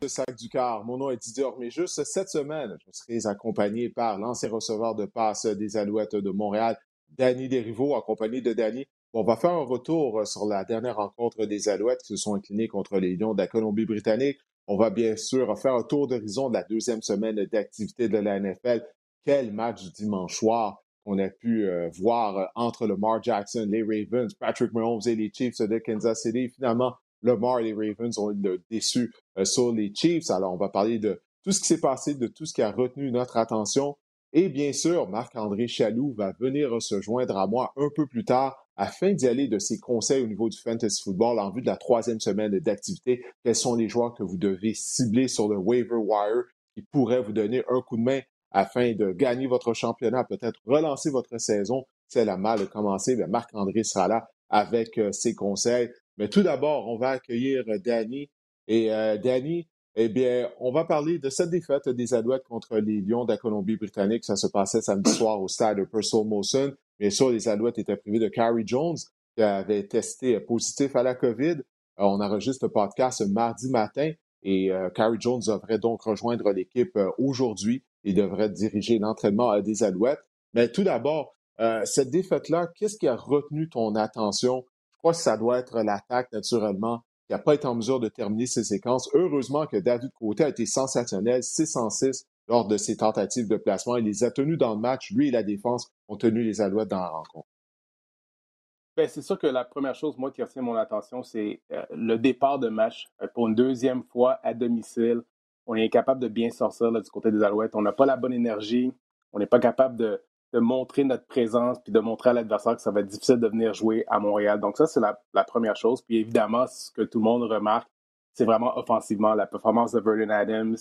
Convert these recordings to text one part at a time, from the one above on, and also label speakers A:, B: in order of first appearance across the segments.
A: Sac du Car. Mon nom est Didier Orméjus. Cette semaine, je serai accompagné par l'ancien receveur de passe des Alouettes de Montréal, Danny Desrivaux, accompagné de Danny. On va faire un retour sur la dernière rencontre des Alouettes qui se sont inclinés contre les Lions de la Colombie-Britannique. On va bien sûr faire un tour d'horizon de la deuxième semaine d'activité de la NFL. Quel match du dimanche soir qu'on a pu voir entre Lamar Jackson, les Ravens, Patrick Mahomes et les Chiefs de Kansas City. Finalement, Lamar et les Ravens ont été déçus sur les Chiefs. Alors, on va parler de tout ce qui s'est passé, de tout ce qui a retenu notre attention. Et bien sûr, Marc-André Chaloux va venir se joindre à moi un peu plus tard afin d'y aller de ses conseils au niveau du fantasy football en vue de la troisième semaine d'activité. Quels sont les joueurs que vous devez cibler sur le waiver wire qui pourraient vous donner un coup de main afin de gagner votre championnat, peut-être relancer votre saison si elle a mal commencé. Bien, Marc-André sera là avec ses conseils. Mais tout d'abord, on va accueillir Danny. Et Danny, eh bien, on va parler de cette défaite des Alouettes contre les Lions de la Colombie-Britannique. Ça se passait samedi soir au stade Purcell Molson. Bien sûr, les Alouettes étaient privés de Carey Jones, qui avait testé positif à la COVID. On enregistre le podcast mardi matin et Carey Jones devrait donc rejoindre l'équipe aujourd'hui. Il devrait diriger l'entraînement des Alouettes. Mais tout d'abord, cette défaite-là, qu'est-ce qui a retenu ton attention? Je crois que ça doit être l'attaque, naturellement, qui n'a pas été en mesure de terminer ses séquences. Heureusement que David Côté a été sensationnel, 6-6 lors de ses tentatives de placement. Il les a tenus dans le match. Lui et la défense ont tenu les Alouettes dans la rencontre.
B: Bien, c'est sûr que la première chose, moi, qui retient mon attention, c'est le départ de match. Pour une deuxième fois à domicile, on est incapable de bien sortir là, du côté des Alouettes. On n'a pas la bonne énergie. On n'est pas capable de montrer notre présence puis de montrer à l'adversaire que ça va être difficile de venir jouer à Montréal. Donc ça, c'est la première chose. Puis évidemment, ce que tout le monde remarque, c'est vraiment offensivement la performance de Vernon Adams,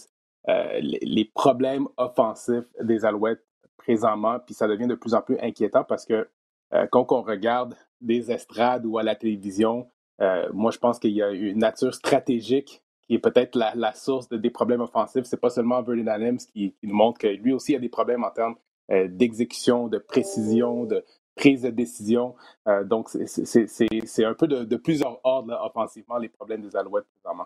B: les problèmes offensifs des Alouettes présentement. Puis ça devient de plus en plus inquiétant parce que quand on regarde des estrades ou à la télévision, moi, je pense qu'il y a une nature stratégique qui est peut-être la source des problèmes offensifs. C'est pas seulement Vernon Adams qui nous montre que lui aussi a des problèmes en termes d'exécution, de précision, de prise de décision. Donc, c'est un peu de plusieurs ordres là, offensivement, les problèmes des Alouettes présentement.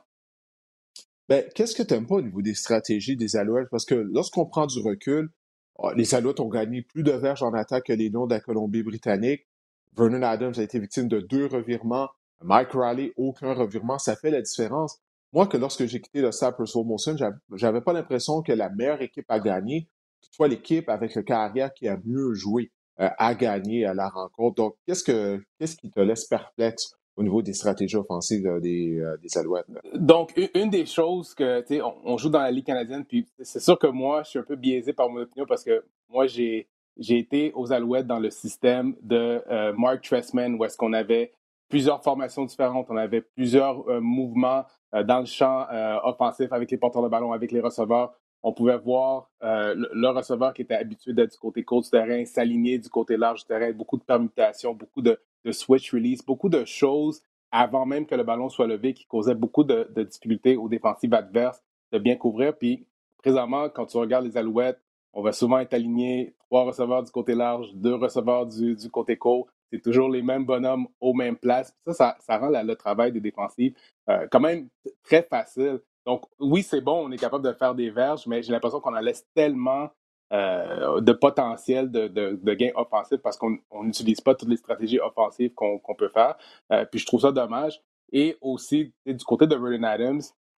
A: Ben, qu'est-ce que tu n'aimes pas au niveau des stratégies des Alouettes? Parce que lorsqu'on prend du recul, les Alouettes ont gagné plus de verges en attaque que les Lions de la Colombie-Britannique. Vernon Adams a été victime de 2 revirements. Mike Riley, aucun revirement. Ça fait la différence. Moi, que lorsque j'ai quitté le stade Purcell Molson, j'avais pas l'impression que la meilleure équipe a gagné. Toutefois, l'équipe avec le carrière qui a mieux joué a gagné à la rencontre. Donc, qu'est-ce qui te laisse perplexe au niveau des stratégies offensives des Alouettes? Là?
B: Donc, une des choses que, tu sais, on joue dans la Ligue canadienne, puis c'est sûr que moi, je suis un peu biaisé par mon opinion parce que moi, j'ai été aux Alouettes dans le système de Mark Trestman où est-ce qu'on avait plusieurs formations différentes, on avait plusieurs mouvements dans le champ offensif avec les porteurs de ballon, avec les receveurs. On pouvait voir le receveur qui était habitué d'être du côté court du terrain, s'aligner du côté large du terrain, beaucoup de permutations, beaucoup de switch release, beaucoup de choses avant même que le ballon soit levé, qui causait beaucoup de difficultés aux défensives adverses de bien couvrir. Puis, présentement, quand tu regardes les Alouettes, on va souvent être aligné 3 receveurs du côté large, 2 receveurs du côté court. C'est toujours les mêmes bonhommes aux mêmes places. Ça rend le travail des défensives quand même très facile. Donc, oui, c'est bon, on est capable de faire des verges, mais j'ai l'impression qu'on en laisse tellement de potentiel de gains offensifs parce qu'on n'utilise pas toutes les stratégies offensives qu'on peut faire. Puis je trouve ça dommage. Et aussi, du côté de Vernon Adams,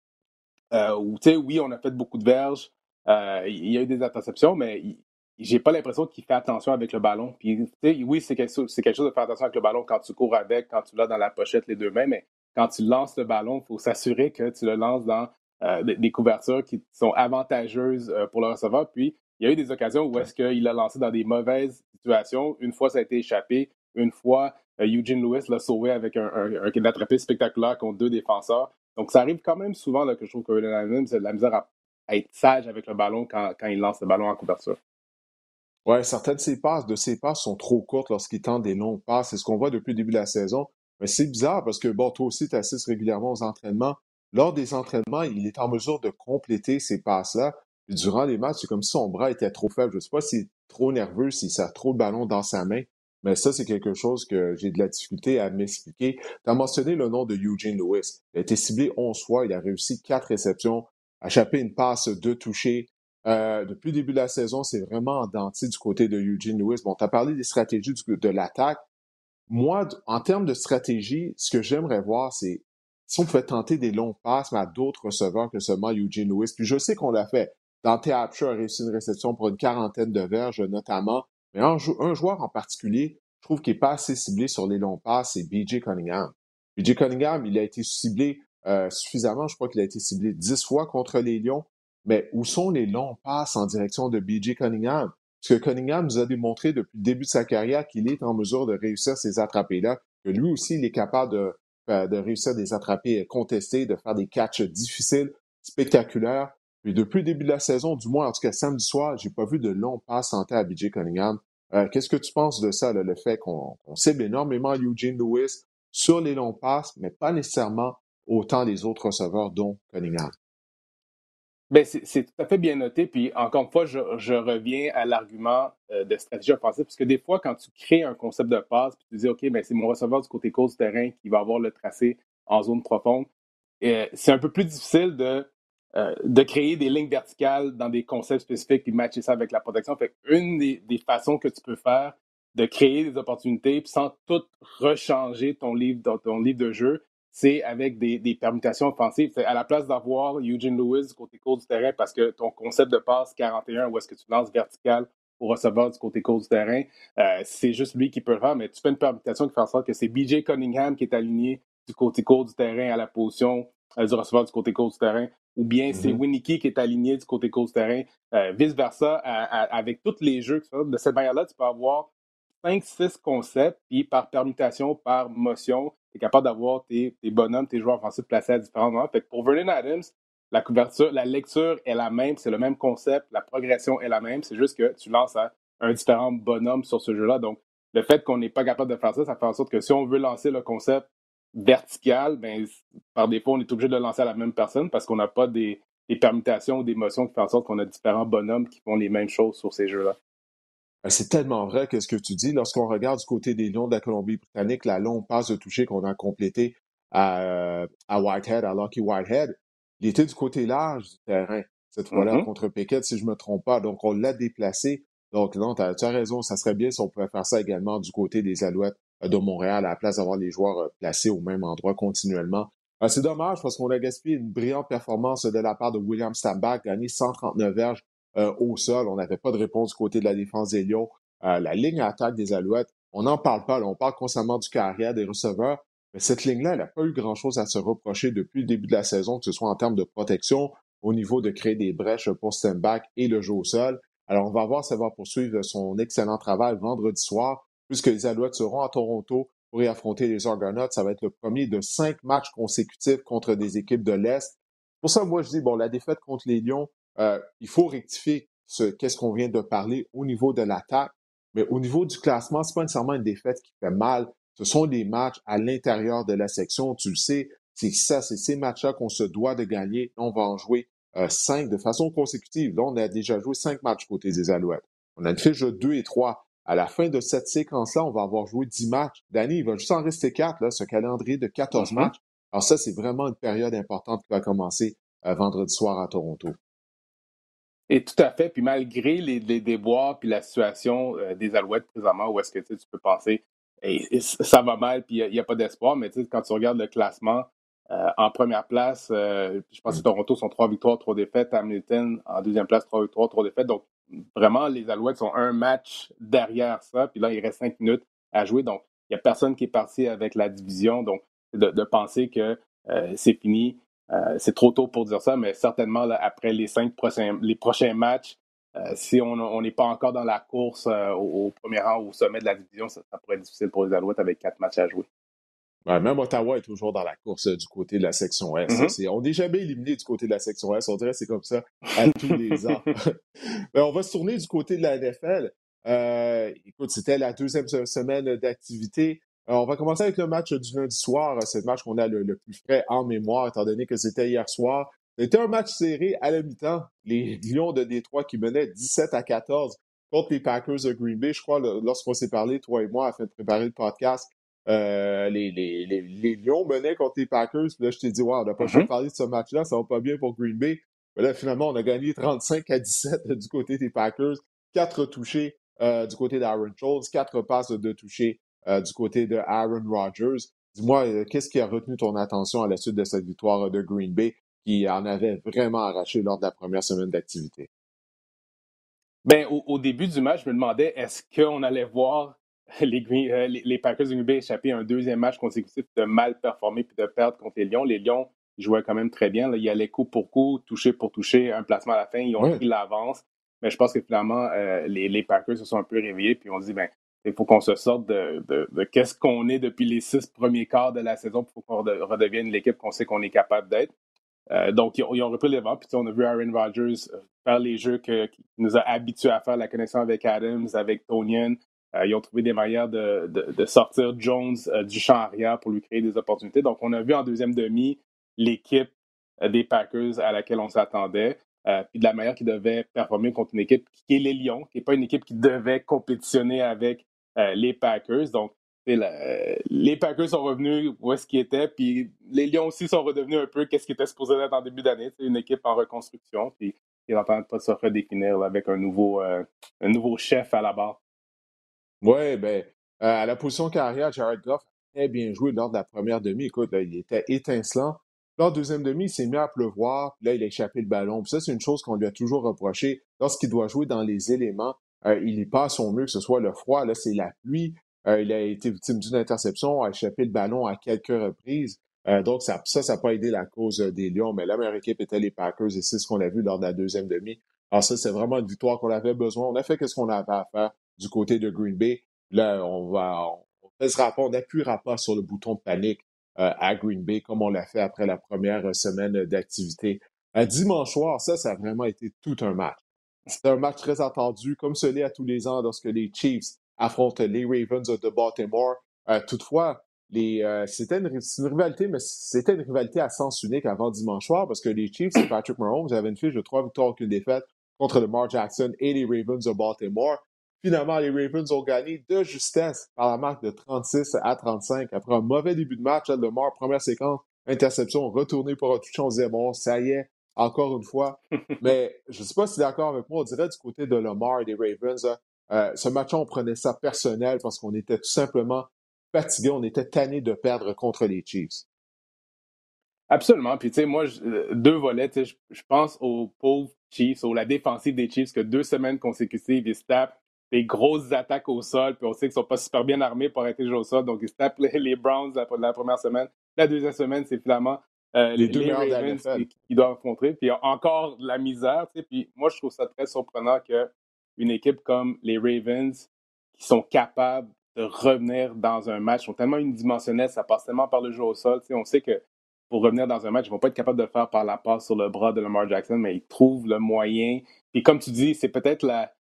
B: où, oui, on a fait beaucoup de verges, il y a eu des interceptions, mais j'ai pas l'impression qu'il fait attention avec le ballon. Puis, oui, c'est quelque chose de faire attention avec le ballon quand tu cours avec, quand tu l'as dans la pochette les deux mains, mais quand tu lances le ballon, il faut s'assurer que tu le lances dans des couvertures qui sont avantageuses pour le receveur. Puis, il y a eu des occasions où est-ce qu'il a lancé dans des mauvaises situations. Une fois, ça a été échappé. Une fois, Eugene Lewis l'a sauvé avec un attrapé spectaculaire contre 2 défenseurs. Donc, ça arrive quand même souvent là, que je trouve que Vernon Adams a de la misère à être sage avec le ballon quand il lance le ballon en couverture.
A: Ouais, certaines de ses passes sont trop courtes lorsqu'il tente des longues passes. C'est ce qu'on voit depuis le début de la saison. Mais c'est bizarre parce que, bon, toi aussi, tu assistes régulièrement aux entraînements. Lors des entraînements, il est en mesure de compléter ces passes-là. Puis durant les matchs, c'est comme si son bras était trop faible. Je ne sais pas s'il est trop nerveux, s'il sert trop de ballon dans sa main. Mais ça, c'est quelque chose que j'ai de la difficulté à m'expliquer. Tu as mentionné le nom de Eugene Lewis. Il a été ciblé 11 fois. Il a réussi 4 réceptions. échappé une passe de toucher. Depuis le début de la saison, c'est vraiment en dents de scie du côté de Eugene Lewis. Bon, tu as parlé des stratégies de l'attaque. Moi, en termes de stratégie, ce que j'aimerais voir, c'est si on pouvait tenter des longues passes, mais à d'autres receveurs que seulement Eugene Lewis. Puis je sais qu'on l'a fait. Dante Upshaw a réussi une réception pour une quarantaine de verges, notamment. Mais un joueur en particulier, je trouve qu'il n'est pas assez ciblé sur les longs passes, c'est B.J. Cunningham. B.J. Cunningham, il a été ciblé suffisamment. Je crois qu'il a été ciblé 10 fois contre les Lions. Mais où sont les longs passes en direction de B.J. Cunningham? Parce que Cunningham nous a démontré depuis le début de sa carrière qu'il est en mesure de réussir ces attrapés-là, que lui aussi, il est capable de réussir des attrapés contestés, de faire des catchs difficiles, spectaculaires. Puis depuis le début de la saison, du moins en tout cas samedi soir, j'ai pas vu de longs passes tentés à B.J. Cunningham. Qu'est-ce que tu penses de ça, là, le fait qu'on cible énormément Eugene Lewis sur les longs passes, mais pas nécessairement autant les autres receveurs, dont Cunningham?
B: Ben, c'est tout à fait bien noté. Puis encore une fois, je reviens à l'argument de stratégie offensive, parce que des fois, quand tu crées un concept de passe, puis tu dis, OK, ben, c'est mon receveur du côté court du terrain qui va avoir le tracé en zone profonde, c'est un peu plus difficile de créer des lignes verticales dans des concepts spécifiques puis matcher ça avec la protection. Fait une des façons que tu peux faire de créer des opportunités puis sans tout rechanger ton livre de jeu, c'est avec des permutations offensives. C'est à la place d'avoir Eugene Lewis du côté court du terrain parce que ton concept de passe 41 où est-ce que tu lances vertical au receveur du côté court du terrain, c'est juste lui qui peut le faire, mais tu fais une permutation qui fait en sorte que c'est B.J. Cunningham qui est aligné du côté court du terrain à la position du receveur du côté court du terrain, ou bien c'est
A: Mhm.
B: Winicky qui est aligné du côté court du terrain, vice-versa, avec tous les jeux. De cette manière-là, tu peux avoir 5, 6 concepts, puis par permutation, par motion, tu es capable d'avoir tes bonhommes, tes joueurs offensifs placés à différents moments. Fait que pour Vernon Adams, la couverture, la lecture est la même, c'est le même concept, la progression est la même, c'est juste que tu lances à un différent bonhomme sur ce jeu-là. Donc, le fait qu'on n'est pas capable de faire ça, ça fait en sorte que si on veut lancer le concept vertical, ben, par défaut, on est obligé de le lancer à la même personne parce qu'on n'a pas des permutations ou des motions qui font en sorte qu'on a différents bonhommes qui font les mêmes choses sur ces jeux-là.
A: C'est tellement vrai que ce que tu dis. Lorsqu'on regarde du côté des Lions de la Colombie-Britannique, la longue passe de toucher qu'on a complétée à Whitehead, à Lucky Whitehead, il était du côté large du terrain, cette fois-là,
B: Mhm.
A: contre Pickett, si je me trompe pas. Donc, on l'a déplacé. Donc, non, tu as raison, ça serait bien si on pouvait faire ça également du côté des Alouettes de Montréal, à la place d'avoir les joueurs placés au même endroit continuellement. C'est dommage parce qu'on a gaspillé une brillante performance de la part de William Stambach, gagné 139 verges au sol. On n'avait pas de réponse du côté de la défense des Lions. La ligne à attaque des Alouettes, on n'en parle pas. Là, on parle constamment du carrière, des receveurs. Mais cette ligne-là, elle n'a pas eu grand-chose à se reprocher depuis le début de la saison, que ce soit en termes de protection, au niveau de créer des brèches pour Stenbach et le jeu au sol. Alors, on va voir si ça va poursuivre son excellent travail vendredi soir, puisque les Alouettes seront à Toronto pour y affronter les Argonauts. Ça va être le premier de 5 matchs consécutifs contre des équipes de l'Est. Pour ça, moi, je dis, bon, la défaite contre les Lions, il faut rectifier qu'est-ce qu'on vient de parler au niveau de l'attaque, mais au niveau du classement, c'est pas nécessairement une défaite qui fait mal. Ce sont des matchs à l'intérieur de la section. Tu le sais, c'est ça, c'est ces matchs-là qu'on se doit de gagner. On va en jouer 5 de façon consécutive. Là, on a déjà joué 5 matchs côté des Alouettes. On a une fiche de 2 et 3. À la fin de cette séquence-là, on va avoir joué 10 matchs. Danny, il va juste en rester 4, là, ce calendrier de 14
B: Mhm.
A: matchs. Alors ça, c'est vraiment une période importante qui va commencer vendredi soir à Toronto.
B: Et tout à fait. Puis malgré les déboires puis la situation des Alouettes présentement, où est-ce que tu peux penser et ça va mal puis il n'y a pas d'espoir, mais quand tu regardes le classement, en première place, je pense que Toronto sont 3 victoires, 3 défaites. Hamilton en deuxième place, 3 victoires, 3 défaites. Donc vraiment, les Alouettes sont un match derrière ça. Puis là, il reste 5 minutes à jouer. Donc, il n'y a personne qui est parti avec la division. Donc, de penser que c'est fini. C'est trop tôt pour dire ça, mais certainement, là, après les prochains matchs, si on n'est pas encore dans la course au premier rang, au sommet de la division, ça pourrait être difficile pour les Alouettes avec 4 matchs à jouer.
A: Ouais, même Ottawa est toujours dans la course du côté de la section S.
B: Mhm.
A: On n'est jamais éliminé du côté de la section S. On dirait que c'est comme ça à tous les ans. Mais on va se tourner du côté de la NFL. Écoute, c'était la deuxième semaine d'activité. On va commencer avec le match du lundi soir. C'est le match qu'on a le plus frais en mémoire, étant donné que c'était hier soir. C'était un match serré à la mi-temps. Les Lions de Détroit qui menaient 17-14 contre les Packers de Green Bay. Je crois, lorsqu'on s'est parlé, toi et moi, afin de préparer le podcast, les Lions menaient contre les Packers. Puis là, je t'ai dit, ouais, on n'a pas le choix de
B: Mhm.
A: parler de ce match-là. Ça va pas bien pour Green Bay. Mais là, finalement, on a gagné 35-17 du côté des Packers. 4 touchés du côté d'Aaron Jones, 4 passes de touchés du côté de Aaron Rodgers. Dis-moi, qu'est-ce qui a retenu ton attention à la suite de cette victoire de Green Bay qui en avait vraiment arraché lors de la première semaine d'activité?
B: Ben, au début du match, je me demandais est-ce qu'on allait voir les Packers de Green Bay échapper à un deuxième match consécutif de mal performer puis de perdre contre les Lions. Les Lions, ils jouaient quand même très bien. Là. Ils allaient coup pour coup, toucher pour toucher, un placement à la fin. Ils ont
A: Oui.
B: pris l'avance. Mais je pense que finalement, les Packers se sont un peu réveillés puis on se dit ben, il faut qu'on se sorte de qu'est-ce qu'on est depuis les 6 premiers quarts de la saison pour qu'on redevienne l'équipe qu'on sait qu'on est capable d'être. Donc, ils ont repris le vent. Puis, on a vu Aaron Rodgers faire les jeux qui nous a habitués à faire, la connexion avec Adams, avec Tonyan. Ils ont trouvé des manières de sortir Jones du champ arrière pour lui créer des opportunités. Donc, on a vu en deuxième demi l'équipe des Packers à laquelle on s'attendait. Puis de la manière qu'ils devaient performer contre une équipe qui est les Lions, qui n'est pas une équipe qui devait compétitionner avec les Packers. Donc, les Packers sont revenus où est-ce qu'ils étaient, puis les Lions aussi sont redevenus un peu qu'est-ce qu'ils étaient supposés être en début d'année, une équipe en reconstruction, puis ils n'entendent pas de se redéfinir là, avec un nouveau chef à la barre.
A: Oui, ben, à la position carrière, Jared Goff a très bien joué lors de la première demi. Écoute, là, il était étincelant. Lors de la deuxième demi, il s'est mis à pleuvoir. Puis là, il a échappé le ballon. Puis ça, c'est une chose qu'on lui a toujours reproché. Lorsqu'il doit jouer dans les éléments, il n'est pas à son mieux, que ce soit le froid, là, c'est la pluie. Il a été victime d'une interception, a échappé le ballon à quelques reprises. Donc, ça n'a pas aidé la cause des Lions. Mais la meilleure équipe était les Packers et c'est ce qu'on a vu lors de la deuxième demi. Alors ça, c'est vraiment une victoire qu'on avait besoin. On a fait ce qu'on avait à faire du côté de Green Bay. Là, on pèsera pas, on n'appuiera pas sur le bouton de panique à Green Bay comme on l'a fait après la première semaine d'activité. Dimanche soir, ça a vraiment été tout un match. C'était un match très attendu, comme ce l'est à tous les ans lorsque les Chiefs affrontent les Ravens de Baltimore. Toutefois, c'est une rivalité, mais c'était une rivalité à sens unique avant dimanche soir parce que les Chiefs et Patrick Mahomes avaient une fiche de 3 victoires, aucune défaite contre Lamar Jackson et les Ravens de Baltimore. Finalement, les Ravens ont gagné de justesse par la marque de 36-35. Après un mauvais début de match, Lamar, première séquence, interception, retourné pour un touchdown, on se disait, bon, ça y est, encore une fois. Mais je ne sais pas si tu es d'accord avec moi, on dirait du côté de Lamar et des Ravens, ce match-là, on prenait ça personnel parce qu'on était tout simplement fatigué, on était tanné de perdre contre les Chiefs.
B: Absolument. Puis, tu sais, moi, deux volets, tu sais, je pense aux pauvres Chiefs, la défensive des Chiefs, que 2 semaines consécutives, ils se tapent des grosses attaques au sol, puis on sait qu'ils sont pas super bien armés pour arrêter de jouer au sol, donc ils se tapent les Browns la première semaine. La deuxième semaine, c'est finalement
A: Les deux
B: les
A: meilleurs de la
B: Ravens
A: NFL.
B: qui doivent affronter, puis il y a encore de la misère, tu sais, puis moi, je trouve ça très surprenant qu'une équipe comme les Ravens, qui sont capables de revenir dans un match, sont tellement unidimensionnels, ça passe tellement par le jeu au sol, tu sais, on sait que pour revenir dans un match, ils vont pas être capables de le faire par la passe sur le bras de Lamar Jackson, mais ils trouvent le moyen. Et comme tu dis, c'est peut-être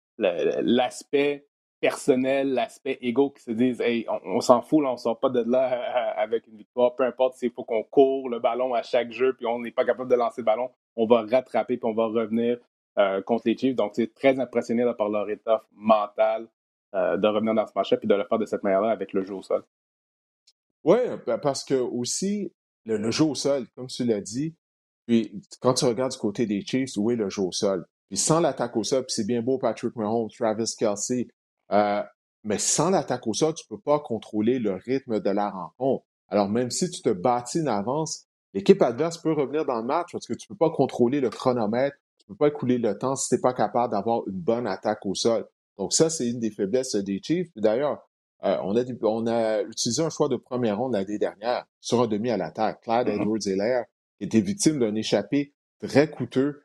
B: l'aspect personnel, l'aspect égo qui se disent hey, on s'en fout, là, on sort pas de là avec une victoire, peu importe s'il faut qu'on court le ballon à chaque jeu, puis on n'est pas capable de lancer le ballon, on va rattraper, puis on va revenir contre les Chiefs. Donc, c'est très impressionné là, par leur état mental de revenir dans ce match-là, puis de le faire de cette manière-là avec le jeu au sol.
A: Oui, parce que aussi, le jeu au sol, comme tu l'as dit, puis quand tu regardes du côté des Chiefs, où est le jeu au sol? Puis sans l'attaque au sol, puis c'est bien beau Patrick Mahomes, Travis Kelce, euh, mais sans l'attaque au sol, tu peux pas contrôler le rythme de la rencontre. Alors même si tu te bâtis une avance, l'équipe adverse peut revenir dans le match parce que tu peux pas contrôler le chronomètre, tu peux pas écouler le temps si t'es pas capable d'avoir une bonne attaque au sol. Donc ça, c'est une des faiblesses des Chiefs. Puis d'ailleurs, on a utilisé un choix de première ronde l'année dernière sur un demi à l'attaque. Clyde
B: Mm-hmm.
A: Edwards-Helaire était victime d'un échappé très coûteux.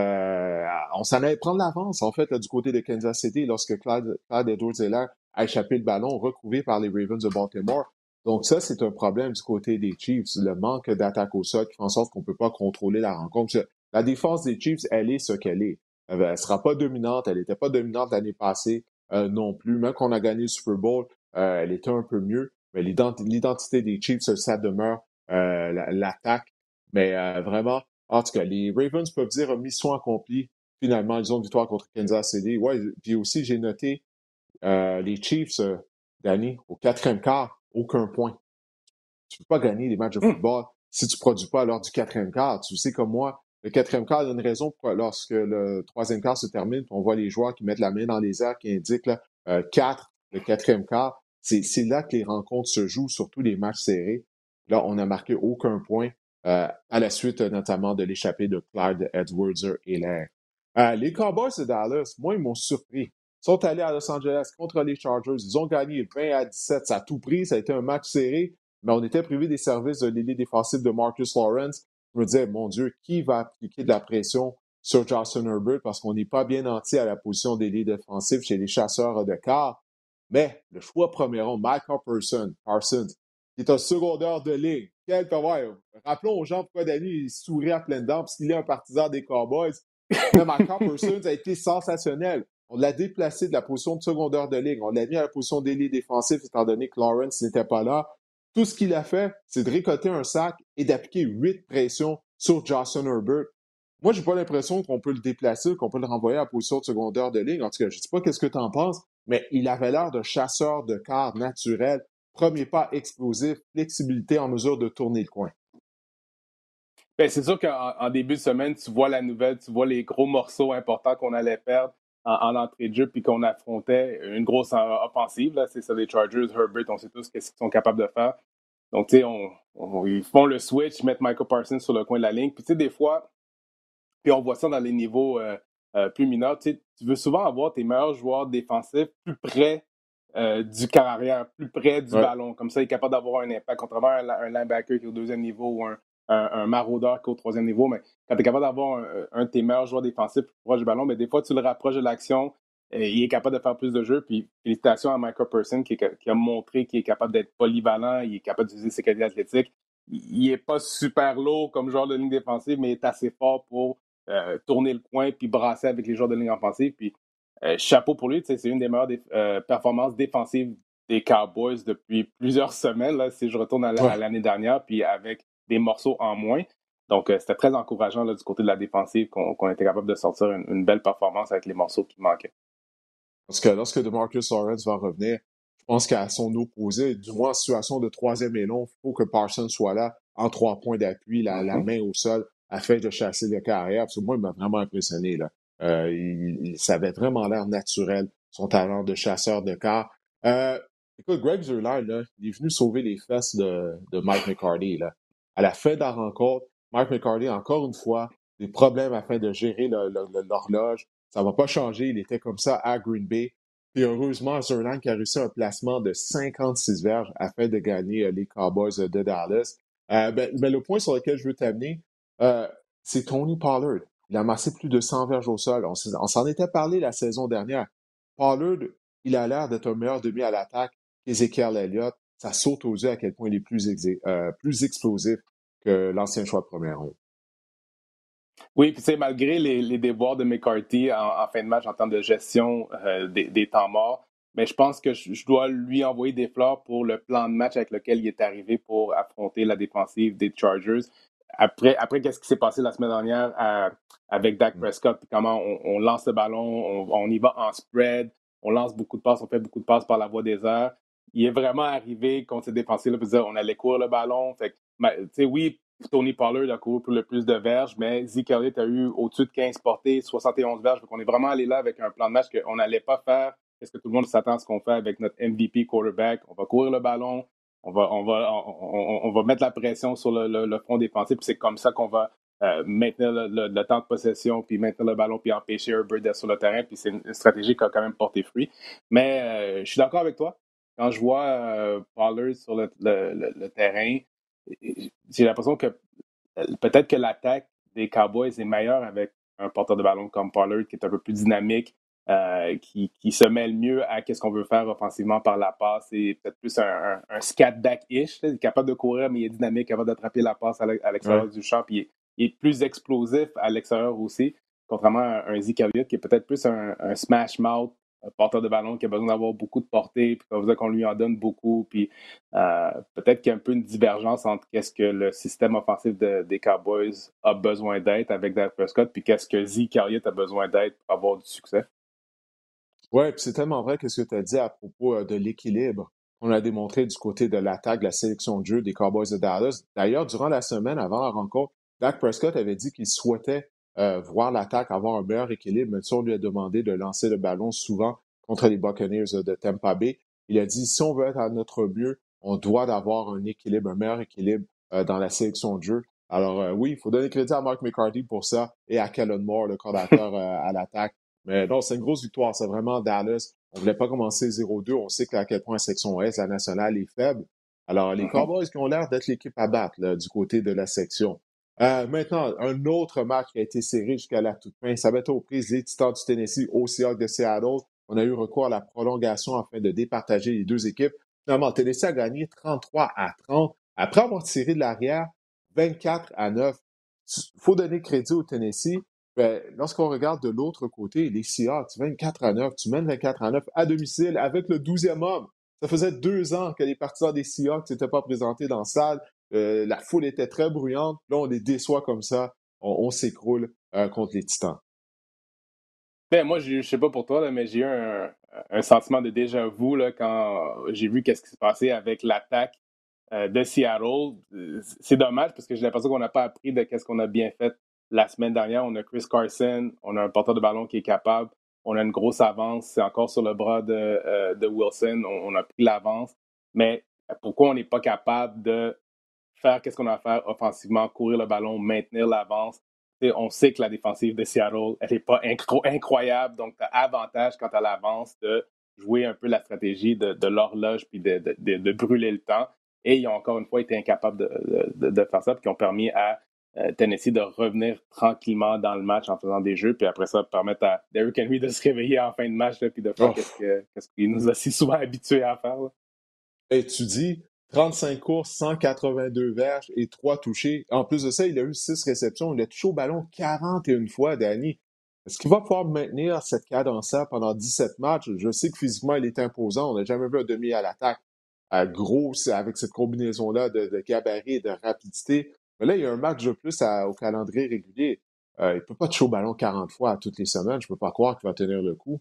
A: On s'en allait prendre l'avance, en fait, là, du côté de Kansas City lorsque Clyde Edwards-Helaire a échappé le ballon recouvré par les Ravens de Baltimore. Donc ça, c'est un problème du côté des Chiefs, le manque d'attaque au sol qui fait en sorte qu'on ne peut pas contrôler la rencontre. La défense des Chiefs, elle est ce qu'elle est. Elle ne sera pas dominante, elle n'était pas dominante l'année passée non plus. Même qu'on a gagné le Super Bowl, elle était un peu mieux. Mais l'identité des Chiefs, ça demeure l'attaque. Mais vraiment, en tout cas, les Ravens peuvent dire mission accomplie. Finalement, ils ont une victoire contre Kansas City. Ouais, puis aussi, j'ai noté les Chiefs, Danny, au quatrième quart, aucun point. Tu peux pas gagner des matchs de
B: Mm.
A: football si tu produis pas lors du quatrième quart. Tu sais comme moi, Le quatrième quart, il y a une raison pourquoi lorsque le troisième quart se termine, on voit les joueurs qui mettent la main dans les airs, qui indiquent là, 4, le quatrième quart. C'est là que les rencontres se jouent, surtout les matchs serrés. Là, on n'a marqué aucun point à la suite notamment de l'échappée de Clyde Edwards-Helaire. Les Cowboys de Dallas, moi, ils m'ont surpris. Ils sont allés à Los Angeles contre les Chargers. Ils ont gagné 20-17. Ça a tout pris. Ça a été un match serré, mais on était privé des services de l'ailier défensif de Marcus Lawrence. Je me disais, mon Dieu, qui va appliquer de la pression sur Justin Herbert parce qu'on n'est pas bien entier à la position d'ailier défensif chez les chasseurs de quart. Mais le choix premier rond, Micah Parsons, qui est un secondaire de ligne. Quel ouais, rappelons aux gens pourquoi Danny il sourit à pleines dents parce qu'il est un partisan des Cowboys. Mais Micah Parsons a été sensationnel. On l'a déplacé de la position de secondaire de ligne. On l'a mis à la position d'ailier défensif étant donné que Lawrence n'était pas là. Tout ce qu'il a fait, c'est de récolter un sac et d'appliquer 8 pressions sur Justin Herbert. Moi, j'ai pas l'impression qu'on peut le déplacer, qu'on peut le renvoyer à la position de secondaire de ligne. En tout cas, je sais pas qu'est-ce que tu en penses, mais il avait l'air d'un chasseur de quart naturel. Premier pas explosif, flexibilité en mesure de tourner le coin.
B: Ben, c'est sûr qu'en début de semaine, tu vois la nouvelle, tu vois les gros morceaux importants qu'on allait perdre en entrée de jeu, puis qu'on affrontait une grosse offensive. Là, c'est ça, les Chargers, Herbert, on sait tous ce qu'ils sont capables de faire. Donc, tu sais, ils font le switch, mettent Michael Parsons sur le coin de la ligne. Puis, tu sais, des fois, puis on voit ça dans les niveaux plus mineurs, tu sais, tu veux souvent avoir tes meilleurs joueurs défensifs plus près du quart arrière, plus près du
A: Ouais.
B: ballon. Comme ça, il est capable d'avoir un impact. Contrairement à un linebacker qui est au deuxième niveau ou un maraudeur qui est au troisième niveau, mais quand tu es capable d'avoir un de tes meilleurs joueurs défensifs plus proche du ballon, mais des fois, tu le rapproches de l'action, il est capable de faire plus de jeux. Puis félicitations à Michael Person qui a montré qu'il est capable d'être polyvalent, il est capable d'utiliser ses qualités athlétiques. Il n'est pas super lourd comme joueur de ligne défensive, mais il est assez fort pour tourner le coin puis brasser avec les joueurs de ligne offensive. Puis chapeau pour lui, c'est une des meilleures performances défensives des Cowboys depuis plusieurs semaines, là, si je retourne à l'année dernière, puis avec des morceaux en moins. Donc, c'était très encourageant là, du côté de la défensive qu'on était capable de sortir une belle performance avec les morceaux qui manquaient.
A: Parce que lorsque DeMarcus Lawrence va revenir, je pense qu'à son opposé, du moins en situation de troisième et long, il faut que Parsons soit là en 3 points d'appui, la main au sol, afin de chasser le carrière. Parce que moi, il m'a vraiment impressionné. Là. Ça avait vraiment l'air naturel, son talent de chasseur de quart. Écoute, Greg Zuerlein, là, il est venu sauver les fesses de Mike McCarthy. Là. À la fin de la rencontre, Mike McCarthy, encore une fois, des problèmes afin de gérer l'horloge. Ça va pas changer. Il était comme ça à Green Bay. Puis heureusement, Zuerlein qui a réussi un placement de 56 verges afin de gagner les Cowboys de Dallas. Mais le point sur lequel je veux t'amener, c'est Tony Pollard. Il a amassé plus de 100 verges au sol. On s'en était parlé la saison dernière. Pollard, il a l'air d'être un meilleur demi à l'attaque qu'Ezekiel Elliott. Ça saute aux yeux à quel point il est plus explosif que l'ancien choix de première ronde.
B: Oui, puis malgré les déboires de McCarthy en fin de match en termes de gestion des temps morts, mais je pense que je dois lui envoyer des fleurs pour le plan de match avec lequel il est arrivé pour affronter la défensive des Chargers. Après qu'est-ce qui s'est passé la semaine dernière avec Dak Prescott, puis comment on lance le ballon, on y va en spread, on lance beaucoup de passes, on fait beaucoup de passes par la voie des airs. Il est vraiment arrivé contre ces défensives-là pour dire on allait courir le ballon. Fait que, oui, Tony Pollard a couru pour le plus de verges, mais Zeke Elliott a eu au-dessus de 15 portées, 71 verges. Donc, on est vraiment allé là avec un plan de match qu'on n'allait pas faire. Est-ce que tout le monde s'attend à ce qu'on fait avec notre MVP quarterback? On va courir le ballon, on va mettre la pression sur le front défensif, puis c'est comme ça qu'on va maintenir le temps de possession, puis maintenir le ballon, puis empêcher Herbert d'être sur le terrain. Puis c'est une stratégie qui a quand même porté fruit. Mais je suis d'accord avec toi. Quand je vois Pollard sur le terrain, j'ai l'impression que peut-être que l'attaque des Cowboys est meilleure avec un porteur de ballon comme Pollard qui est un peu plus dynamique, qui se mêle mieux à ce qu'on veut faire offensivement par la passe et peut-être plus un scat back-ish. Il est capable de courir, mais il est dynamique, capable d'attraper la passe à l'extérieur du champ. Puis il est plus explosif à l'extérieur aussi, contrairement à un Zeke Elliott qui est peut-être plus un smash mouth, un porteur de ballon qui a besoin d'avoir beaucoup de portée, puis qu'on lui en donne beaucoup. Puis peut-être qu'il y a un peu une divergence entre qu'est-ce que le système offensif des Cowboys a besoin d'être avec Dak Prescott, puis qu'est-ce que Zeke Elliott a besoin d'être pour avoir du succès.
A: Oui, puis c'est tellement vrai que ce que tu as dit à propos de l'équilibre qu'on a démontré du côté de l'attaque, de la sélection de jeu des Cowboys de Dallas. D'ailleurs, durant la semaine avant la rencontre, Dak Prescott avait dit qu'il souhaitait voir l'attaque avoir un meilleur équilibre, même si on lui a demandé de lancer le ballon souvent contre les Buccaneers de Tampa Bay. Il a dit, si on veut être à notre mieux, on doit avoir un équilibre, un meilleur équilibre dans la sélection de jeu. Alors oui, il faut donner crédit à Mark McCarthy pour ça et à Kellen Moore, le coordinateur à l'attaque. Mais non, c'est une grosse victoire. C'est vraiment Dallas. On ne voulait pas commencer 0-2. On sait à quel point la section Est, la nationale, est faible. Alors, les Cowboys qui ont l'air d'être l'équipe à battre là, du côté de la section. Maintenant, un autre match qui a été serré jusqu'à la toute fin. Ça va être aux prises les Titans du Tennessee aux Seahawks de Seattle. On a eu recours à la prolongation afin de départager les deux équipes. Finalement, Tennessee a gagné 33-30 après avoir tiré de l'arrière 24-9. Il faut donner crédit au Tennessee. Ben, lorsqu'on regarde de l'autre côté, les Seahawks, 24-9, tu mènes 24-9 à domicile avec le 12e homme. Ça faisait 2 ans que les partisans des Seahawks n'étaient pas présentés dans la salle. La foule était très bruyante. Là, on les déçoit comme ça. On s'écroule contre les Titans.
B: Ben, moi, je sais pas pour toi, là, mais j'ai eu un sentiment de déjà-vu là, quand j'ai vu qu'est-ce qui s'est passé avec l'attaque de Seattle. C'est dommage parce que j'ai l'impression qu'on n'a pas appris de qu'est-ce qu'on a bien fait la semaine dernière. On a Chris Carson, on a un porteur de ballon qui est capable, on a une grosse avance, c'est encore sur le bras de Wilson, on a pris l'avance. Mais pourquoi on n'est pas capable de faire qu'est-ce qu'on a à faire offensivement, courir le ballon, maintenir l'avance? On sait que la défensive de Seattle, elle n'est pas incroyable, donc tu as avantage quand tu l'avance de jouer un peu la stratégie de l'horloge puis de brûler le temps. Et ils ont encore une fois été incapables de faire ça, puis qui ont permis à Tennessee de revenir tranquillement dans le match en faisant des jeux, puis après ça, permettre à Derrick Henry de se réveiller en fin de match, là, puis de faire qu'est-ce qu'il nous a si souvent habitués à faire. Là.
A: Et tu dis 35 courses, 182 verges et 3 touchés. En plus de ça, il a eu 6 réceptions. Il a touché au ballon 41 fois, Danny. Est-ce qu'il va pouvoir maintenir cette cadence-là pendant 17 matchs? Je sais que physiquement, il est imposant. On n'a jamais vu un demi à l'attaque gros avec cette combinaison-là de gabarit et de rapidité. Mais là, il y a un match de plus au calendrier régulier. Il ne peut pas toucher au ballon 40 fois toutes les semaines. Je ne peux pas croire qu'il va tenir le coup.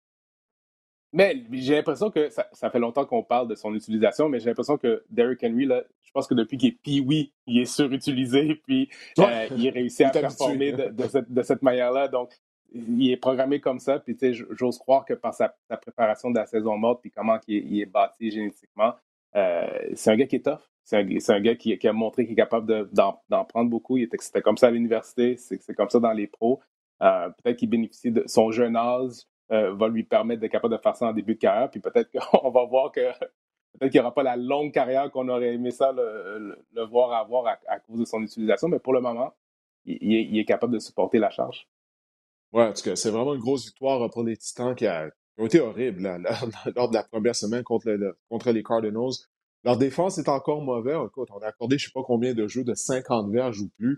B: Mais j'ai l'impression que ça fait longtemps qu'on parle de son utilisation, mais j'ai l'impression que Derrick Henry, là, je pense que depuis qu'il est pee-wee, il est surutilisé, puis
A: Ouais,
B: il réussit
A: il
B: à
A: est habitué.
B: performer de cette manière-là. Donc, il est programmé comme ça, puis tu sais, j'ose croire que par sa préparation de la saison morte, puis comment il est bâti génétiquement, c'est un gars qui est tough. C'est un gars qui a montré qu'il est capable d'en prendre beaucoup. C'était comme ça à l'université, c'est comme ça dans les pros. Peut-être qu'il bénéficie de son jeune âge, va lui permettre d'être capable de faire ça en début de carrière. Puis peut-être qu'on va voir que peut-être qu'il n'y aura pas la longue carrière qu'on aurait aimé ça le voir avoir à cause de son utilisation. Mais pour le moment, il est capable de supporter la charge.
A: Ouais, en tout cas, c'est vraiment une grosse victoire pour les Titans qui ont été horribles lors de la première semaine contre les Cardinals. Leur défense est encore mauvaise. Écoute, on a accordé je ne sais pas combien de jeux de 50 verges ou plus.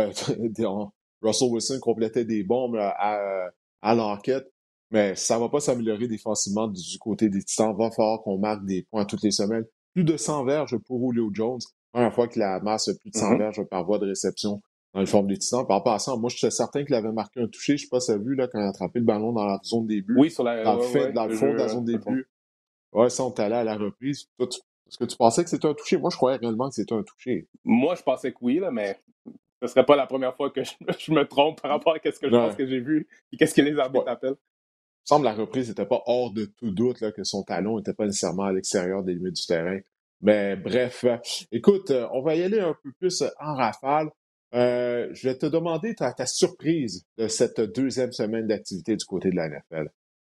A: Russell Wilson complétait des bombes à l'enquête, mais ça ne va pas s'améliorer défensivement du côté des Titans. Il va falloir qu'on marque des points toutes les semaines. Plus de 100 verges pour Julio Jones. Première fois qu'il amasse plus de 100
B: Mm-hmm.
A: verges par voie de réception dans le forme des Titans. Puis en passant, moi, j'étais certain qu'il avait marqué un touché. Je sais pas si tu as vu là, quand il a attrapé le ballon dans la zone des buts,
B: Oui, sur la.
A: dans le
B: Le
A: fond de la
B: jeu.
A: zone des buts. Ouais, ça, on est allé à la reprise. Toi, est-ce que tu pensais que c'était un touché? Moi, je croyais réellement que c'était un touché.
B: Moi, je pensais que oui, là, mais ce serait pas la première fois que je me trompe par rapport à ce que je pense
A: Ouais.
B: que j'ai vu et qu'est-ce que les
A: Ouais.
B: arbitres appellent.
A: Il me semble que la reprise n'était pas hors de tout doute là, que son talon n'était pas nécessairement à l'extérieur des limites du terrain. Mais bref, écoute, on va y aller un peu plus en rafale. Je vais te demander ta surprise de cette deuxième semaine d'activité du côté de la NFL.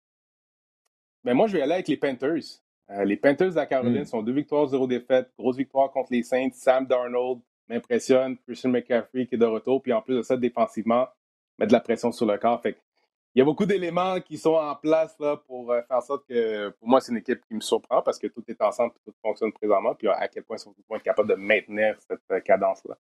B: Mais moi, je vais aller avec les Panthers. Les Panthers de la Caroline
A: Hmm.
B: sont 2 victoires, 0 défaites. Grosse victoire contre les Saints. Sam Darnold m'impressionne. Christian McCaffrey qui est de retour. Puis en plus de ça, défensivement, mettre de la pression sur le corps. Fait que il y a beaucoup d'éléments qui sont en place là, pour faire en sorte que, pour moi, c'est une équipe qui me surprend parce que tout est ensemble, tout fonctionne présentement. Puis à quel point ils sont capables de maintenir cette cadence-là.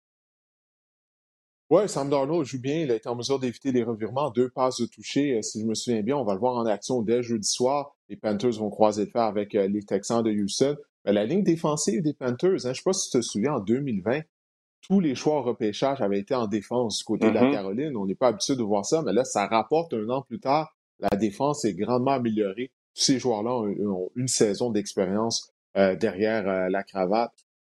A: Ouais, Sam Darnold joue bien. Il a été en mesure d'éviter des revirements, 2 passes de toucher. Si je me souviens bien, on va le voir en action dès jeudi soir. Les Panthers vont croiser le fer avec les Texans de Houston. Mais la ligne défensive des Panthers, je ne sais pas si tu te souviens, en 2020, tous les choix au repêchage avaient été en défense du côté de la
B: Mm-hmm.
A: Caroline. On n'est pas habitué de voir ça, mais là, ça rapporte 1 an plus tard. La défense est grandement améliorée. Tous ces joueurs-là ont une saison d'expérience derrière la cravate.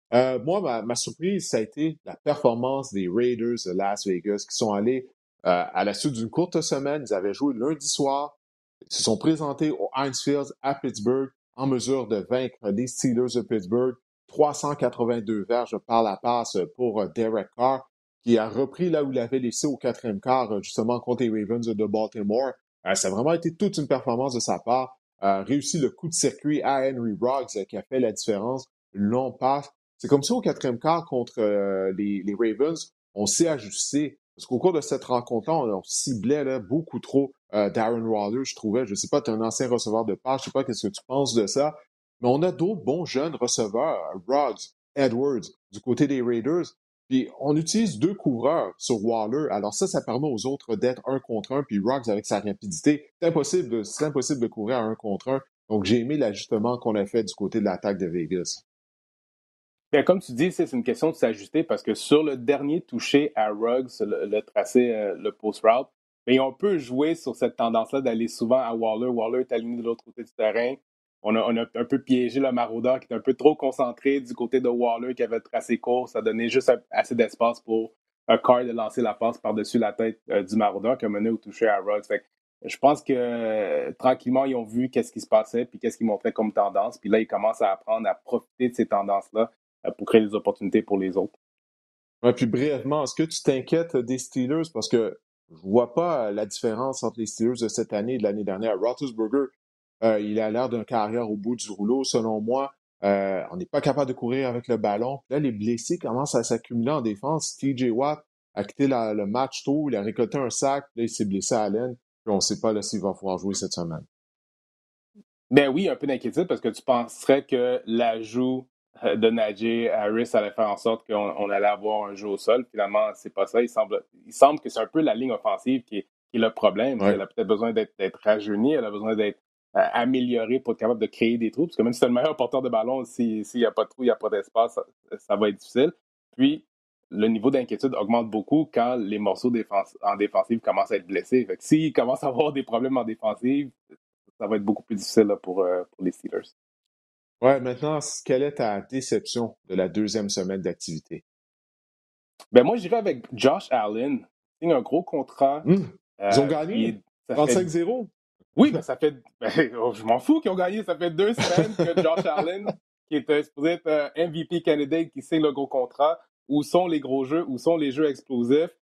A: Moi, ma surprise, ça a été la performance des Raiders de Las Vegas qui sont allés à la suite d'une courte semaine. Ils avaient joué lundi soir. Ils se sont présentés au Heinz Field à Pittsburgh en mesure de vaincre les Steelers de Pittsburgh. 382 verges par la passe pour Derek Carr, qui a repris là où il avait laissé au quatrième quart, justement contre les Ravens de Baltimore. Ça a vraiment été toute une performance de sa part. Réussi le coup de circuit à Henry Ruggs qui a fait la différence. Une longue passe. C'est comme ça au quatrième quart contre les Ravens, on s'est ajusté. Parce qu'au cours de cette rencontre-là, on ciblait là, beaucoup trop Darren Waller, je trouvais. Je sais pas, tu es un ancien receveur de passe, je sais pas qu'est-ce que tu penses de ça. Mais on a d'autres bons jeunes receveurs, Ruggs, Edwards, du côté des Raiders. Puis on utilise deux coureurs sur Waller. Alors ça permet aux autres d'être un contre un. Puis Ruggs, avec sa rapidité, c'est impossible de courir à un contre un. Donc j'ai aimé l'ajustement qu'on a fait du côté de l'attaque de Vegas.
B: Bien, comme tu dis, c'est une question de s'ajuster parce que sur le dernier touché à Ruggs, le tracé, le post-route, bien, on peut jouer sur cette tendance-là d'aller souvent à Waller. Waller est aligné de l'autre côté du terrain. On a un peu piégé le maraudeur qui est un peu trop concentré du côté de Waller qui avait le tracé court. Ça donnait juste assez d'espace pour un Carr de lancer la passe par-dessus la tête du maraudeur qui a mené au touché à Ruggs. Fait que, je pense que tranquillement, ils ont vu qu'est-ce qui se passait puis qu'est-ce qu'ils montraient comme tendance. Puis là, ils commencent à apprendre à profiter de ces tendances-là pour créer des opportunités pour les autres.
A: Ouais, puis brièvement, est-ce que tu t'inquiètes des Steelers? Parce que je vois pas la différence entre les Steelers de cette année et de l'année dernière. Roethlisberger, il a l'air d'une carrière au bout du rouleau, selon moi. On n'est pas capable de courir avec le ballon. Là, les blessés commencent à s'accumuler en défense. TJ Watt a quitté le match tôt, il a récolté un sac, là, il s'est blessé à la laine, puis on ne sait pas là, s'il va pouvoir jouer cette semaine.
B: Ben oui, un peu d'inquiétude parce que tu penserais que l'ajout de Najee Harris allait faire en sorte qu'on allait avoir un jeu au sol. Finalement, c'est pas ça. Il semble que c'est un peu la ligne offensive qui est le problème.
A: Ouais.
B: Elle a peut-être besoin d'être rajeunie, elle a besoin d'être améliorée pour être capable de créer des trous. Parce que même si c'est le meilleur porteur de ballon, s'il n'y a pas de trou, il n'y a pas d'espace, ça va être difficile. Puis, le niveau d'inquiétude augmente beaucoup quand les morceaux en défensive commencent à être blessés. Fait que s'ils commencent à avoir des problèmes en défensive, ça va être beaucoup plus difficile là, pour les Steelers.
A: Ouais, maintenant, quelle est ta déception de la deuxième semaine d'activité?
B: Ben moi, j'irais avec Josh Allen. Il signe un gros contrat.
A: Hum, Ils ont gagné
B: Puis ça fait.
A: 35-0.
B: Oui, ben ça fait. Ben, je m'en fous qu'ils ont gagné. Ça fait 2 semaines que Josh Allen, qui est supposé être MVP candidate, qui signe le gros contrat. Où sont les gros jeux? Où sont les jeux explosifs?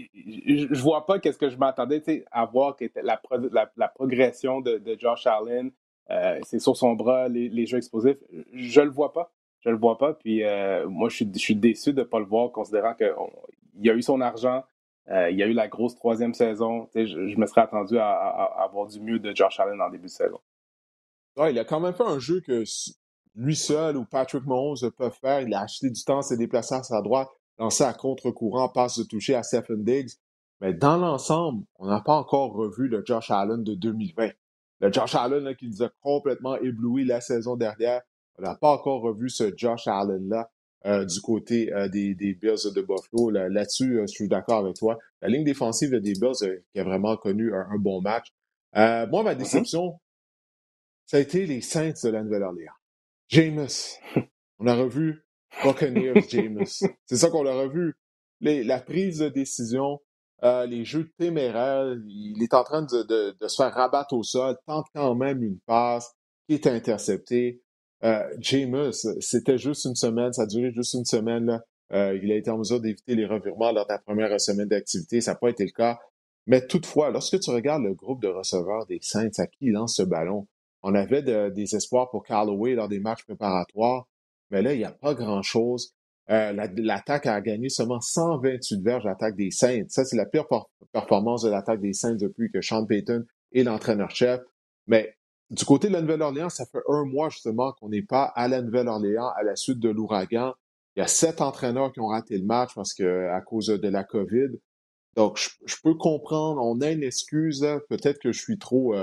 B: Je vois pas qu'est-ce que je m'attendais à voir que la progression de Josh Allen. C'est sur son bras, les jeux explosifs. Je le vois pas. Je le vois pas. Puis moi, je suis déçu de ne pas le voir, considérant qu'il a eu son argent. Il y a eu la grosse troisième saison. Je me serais attendu à avoir du mieux de Josh Allen en début de saison.
A: Ouais, il a quand même fait un jeu que lui seul ou Patrick Mahomes peuvent faire. Il a acheté du temps, s'est déplacé à sa droite, lancé à contre-courant, passe de toucher à Stephen Diggs. Mais dans l'ensemble, on n'a pas encore revu le Josh Allen de 2020. Le Josh Allen là, qui nous a complètement ébloui la saison dernière. On n'a pas encore revu ce Josh Allen-là du côté des Bills de Buffalo. Là-dessus, je suis d'accord avec toi. La ligne défensive des Bills qui a vraiment connu un bon match. Moi, ma
B: Mhm.
A: déception, ça a été les Saints de la Nouvelle-Orléans. Jameis. On a revu Buccaneers Jameis. C'est ça qu'on a revu. La prise de décision, les jeux téméraires. Il est en train de se faire rabattre au sol, tente quand même une passe qui est interceptée. Jameis, c'était juste une semaine, ça a duré juste une semaine. Là. Il a été en mesure d'éviter les revirements lors de la première semaine d'activité. Ça n'a pas été le cas. Mais toutefois, lorsque tu regardes le groupe de receveurs des Saints, à qui il lance ce ballon, on avait des espoirs pour Callaway lors des matchs préparatoires, mais là, il n'y a pas grand-chose. L'attaque a gagné seulement 128 verges, l'attaque des Saints. Ça, c'est la pire performance de l'attaque des Saints depuis que Sean Payton est l'entraîneur-chef. Mais du côté de la Nouvelle-Orléans, ça fait un mois justement qu'on n'est pas à la Nouvelle-Orléans à la suite de l'ouragan. Il y a 7 entraîneurs qui ont raté le match parce que à cause de la COVID. Donc, je peux comprendre, on a une excuse, là. Peut-être que je suis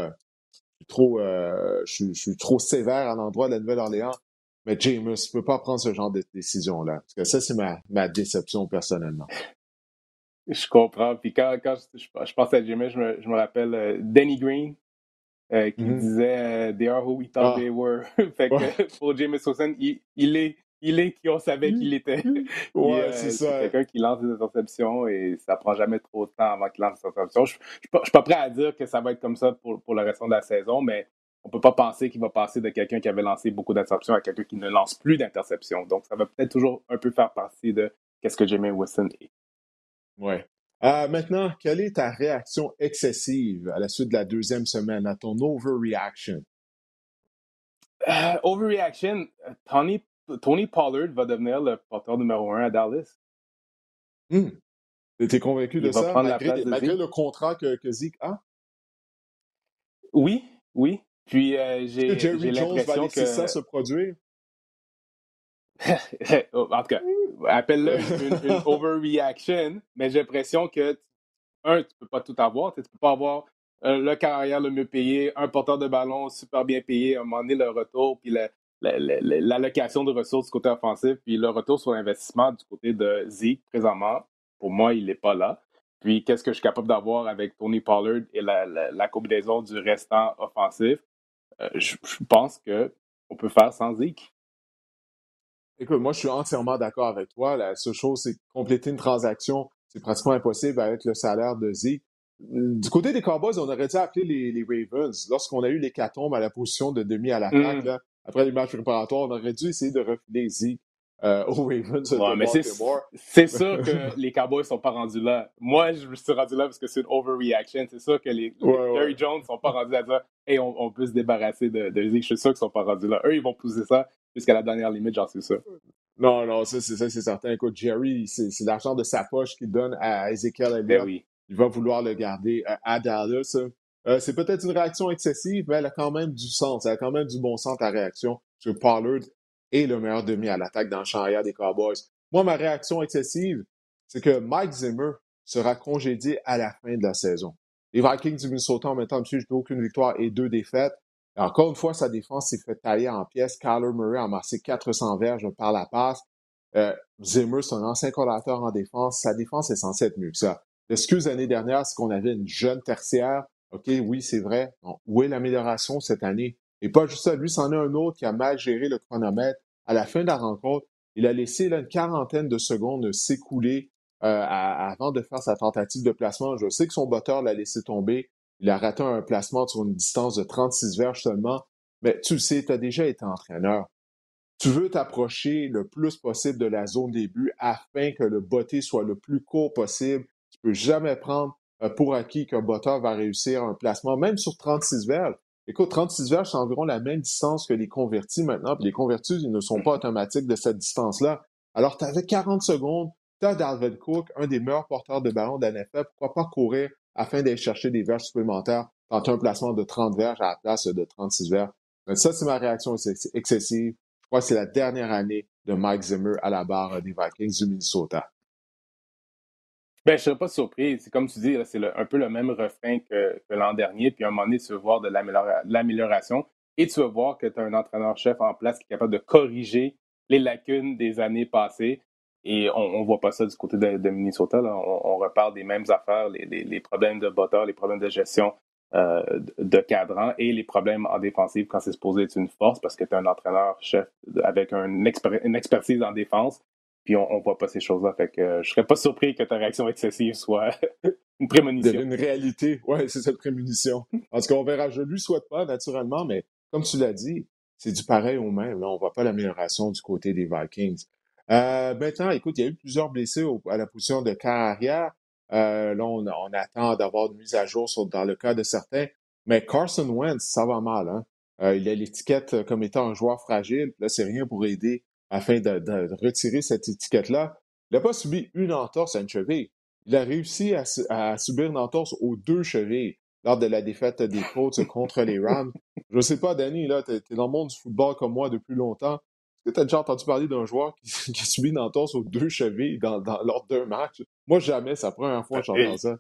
A: je suis trop sévère à l'endroit de la Nouvelle-Orléans. Mais Jameis ne peut pas prendre ce genre de décision-là. Parce que ça, c'est ma déception personnellement.
B: Je comprends. Puis quand je pense à Jimmy, je me rappelle Danny Green qui
A: Mhm.
B: disait They are who we thought they
A: Ah,
B: were. Fait
A: ouais,
B: que pour James Wilson, il est qu'on savait qu'il était. Puis
A: Ouais, c'est
B: c'est
A: ça.
B: quelqu'un qui lance des interceptions et ça prend jamais trop de temps avant qu'il lance des interceptions. Je suis pas prêt à dire que ça va être comme ça pour le restant de la saison, mais on peut pas penser qu'il va passer de quelqu'un qui avait lancé beaucoup d'interceptions à quelqu'un qui ne lance plus d'interceptions. Donc, ça va peut-être toujours un peu faire partie de qu'est-ce que Jameis Winston est.
A: Ouais. Maintenant, quelle est ta réaction excessive à la suite de la deuxième semaine, à ton overreaction?
B: Overreaction, Tony Pollard va devenir le porteur numéro 1 à Dallas.
A: Hmm. T'es convaincu de
B: Il va
A: ça,
B: prendre la place de
A: malgré
B: Zeke.
A: le contrat que Zeke a?
B: Oui, oui. Puis
A: Est-ce que
B: j'ai
A: Jerry Jones va
B: l'impression
A: laisser ça
B: que
A: se produire?
B: en tout cas, appelle-le une overreaction, mais j'ai l'impression que, tu peux pas tout avoir. Tu peux pas avoir le carrière le mieux payé, un porteur de ballon super bien payé, à un moment donné, le retour, puis l'allocation de ressources du côté offensif, puis le retour sur l'investissement du côté de Zeke, présentement. Pour moi, il n'est pas là. Puis, qu'est-ce que je suis capable d'avoir avec Tony Pollard et la combinaison du restant offensif? Je pense qu'on peut faire sans Zeke.
A: Écoute, moi, je suis entièrement d'accord avec toi. La seule chose, c'est que compléter une transaction, c'est pratiquement impossible avec le salaire de Zeke. Du côté des Cowboys, on aurait dû appeler les Ravens. Lorsqu'on a eu l'hécatombe à la position de demi à l'attaque,
B: Hmm.
A: là, après les matchs préparatoires, on aurait dû essayer de refiler Zeke aux Ravens de
B: Ouais, mais
A: Baltimore.
B: c'est sûr que les Cowboys sont pas rendus là. Moi, je me suis rendu là parce que c'est une overreaction. C'est sûr que les
A: Ouais,
B: Jerry
A: ouais.
B: Jones sont pas rendus à dire hey, on peut se débarrasser de Zeke. Je suis sûr qu'ils sont pas rendus là. Eux, ils vont pousser ça jusqu'à la dernière limite, j'en suis sûr.
A: Non, non, ça, c'est certain. Écoute, Jerry, c'est l'argent de sa poche qu'il donne à Ezekiel
B: Ben
A: Elliott.
B: oui.
A: Il va vouloir le garder à Dallas. C'est peut-être une réaction excessive, mais elle a quand même du sens. Elle a quand même du bon sens, ta réaction, sur Pollard est le meilleur demi à l'attaque dans le champ arrière des Cowboys. Moi, ma réaction excessive, c'est que Mike Zimmer sera congédié à la fin de la saison. Les Vikings du Minnesota, en même temps, je n'ai aucune victoire et 2 défaites. Et encore une fois, sa défense s'est fait tailler en pièces. Kyler Murray a amassé 400 verges par la passe. Zimmer, c'est un ancien collaborateur en défense. Sa défense est censée être mieux que ça. L'excuse l'année dernière, c'est qu'on avait une jeune tertiaire. OK, oui, c'est vrai. Donc, où est l'amélioration cette année? Et pas juste ça. Lui, c'en est un autre qui a mal géré le chronomètre. À la fin de la rencontre, il a laissé là, une quarantaine de secondes s'écouler avant de faire sa tentative de placement. Je sais que son botteur l'a laissé tomber. Il a raté un placement sur une distance de 36 verges seulement. Mais tu le sais, tu as déjà été entraîneur. Tu veux t'approcher le plus possible de la zone début afin que le botté soit le plus court possible. Tu peux jamais prendre pour acquis qu'un botteur va réussir un placement, même sur 36 verges. Écoute, 36 verges, c'est environ la même distance que les convertis maintenant. Puis les convertis, ils ne sont pas automatiques de cette distance-là. Alors, tu avais 40 secondes. Tu as Dalvin Cook, un des meilleurs porteurs de ballon de la NFL. Pourquoi pas courir afin d'aller chercher des verges supplémentaires quand tu as un placement de 30 verges à la place de 36 verges? Mais ça, c'est ma réaction excessive. Je crois que c'est la dernière année de Mike Zimmer à la barre des Vikings du Minnesota.
B: Ben, je serais pas surpris. C'est comme tu dis, là, c'est un peu le même refrain que l'an dernier. Puis à un moment donné, tu vas voir de l'amélioration et tu vas voir que tu as un entraîneur-chef en place qui est capable de corriger les lacunes des années passées. Et on voit pas ça du côté de Minnesota. Là. On reparle des mêmes affaires, les problèmes de botteur, les problèmes de gestion de cadran et les problèmes en défensive quand c'est supposé être une force parce que tu as un entraîneur-chef avec une expertise en défense puis on voit pas ces choses-là. Fait que je serais pas surpris que ta réaction excessive soit une prémonition.
A: Une réalité. Ouais, c'est cette prémunition. En tout cas, on verra. Je lui souhaite pas, naturellement, mais comme tu l'as dit, c'est du pareil au même. Là, on voit pas l'amélioration du côté des Vikings. Maintenant, écoute, il y a eu plusieurs blessés à la position de carrière. Là, on attend d'avoir une mise à jour dans le cas de certains. Mais Carson Wentz, ça va mal, hein? Il a l'étiquette comme étant un joueur fragile. Là, c'est rien pour aider afin de retirer cette étiquette-là. Il n'a pas subi une entorse à une cheville. Il a réussi à subir une entorse aux 2 chevilles lors de la défaite des Colts contre les Rams. Je sais pas, Danny, là, t'es dans le monde du football comme moi depuis longtemps. Est-ce que tu as déjà entendu parler d'un joueur qui a subi une entorse aux 2 chevilles lors d'un match? Moi, jamais. C'est la première fois que j'entends ça.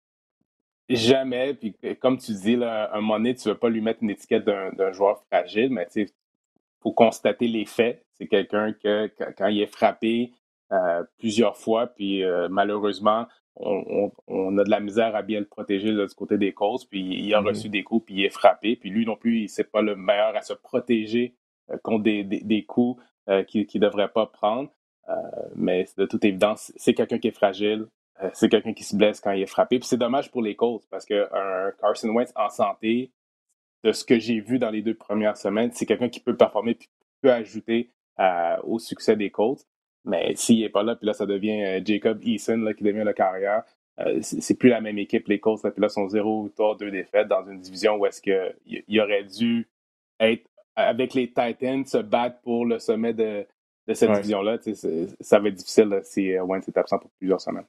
B: Jamais, puis comme tu dis, là, à un moment donné, tu ne veux pas lui mettre une étiquette d'un joueur fragile, mais il faut constater les faits. C'est quelqu'un que, quand il est frappé plusieurs fois, puis malheureusement, on a de la misère à bien le protéger là, du côté des causes, puis il a
A: Mhm.
B: reçu des coups, puis il est frappé, puis lui non plus, c'est pas le meilleur à se protéger contre des coups qu'il ne devrait pas prendre. Mais de toute évidence, c'est quelqu'un qui est fragile. C'est quelqu'un qui se blesse quand il est frappé. Puis c'est dommage pour les Colts parce qu'un Carson Wentz en santé, de ce que j'ai vu dans les 2 premières semaines, c'est quelqu'un qui peut performer et peut ajouter au succès des Colts. Mais s'il n'est pas là, puis là, ça devient Jacob Eason là, qui devient le carrière. C'est plus la même équipe, les Colts. Là, puis là, sont 0 victoire, 2 défaites dans une division où est-ce qu'il aurait dû être avec les Titans, se battre pour le sommet de cette
A: Ouais.
B: division-là. Ça va être difficile là, si Wentz est absent pour plusieurs semaines.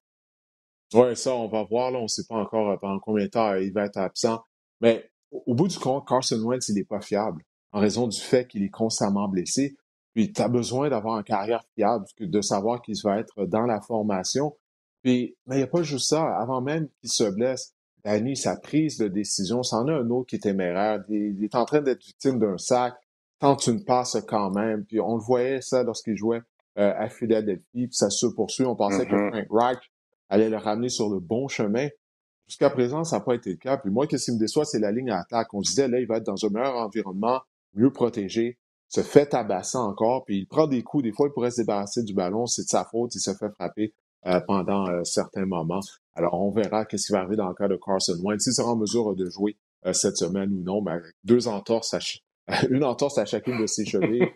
A: Oui, ça, on va voir. Là, on ne sait pas encore pendant combien de temps il va être absent. Mais au bout du compte, Carson Wentz, il n'est pas fiable en raison du fait qu'il est constamment blessé. Puis, tu as besoin d'avoir une carrière fiable, de savoir qu'il va être dans la formation. Puis, mais il n'y a pas juste ça. Avant même qu'il se blesse, Danny, sa prise de décision, c'en a un autre qui est téméraire. Il est en train d'être victime d'un sac, tente une passe quand même. Puis, on le voyait ça lorsqu'il jouait à Philadelphie. Puis, ça se poursuit. On pensait que
B: Mm-hmm.
A: Frank Reich allait le ramener sur le bon chemin. Jusqu'à présent, ça n'a pas été le cas. Puis moi, qu'est-ce qui me déçoit, c'est la ligne à attaque. On se disait, là, il va être dans un meilleur environnement, mieux protégé, se fait tabasser encore, puis il prend des coups. Des fois, il pourrait se débarrasser du ballon. C'est de sa faute. Il se fait frapper pendant certains moments. Alors, on verra qu'est-ce qui va arriver dans le cas de Carson Wentz. S'il sera en mesure de jouer cette semaine ou non, mais avec deux entorses une entorse à chacune de ses chevilles,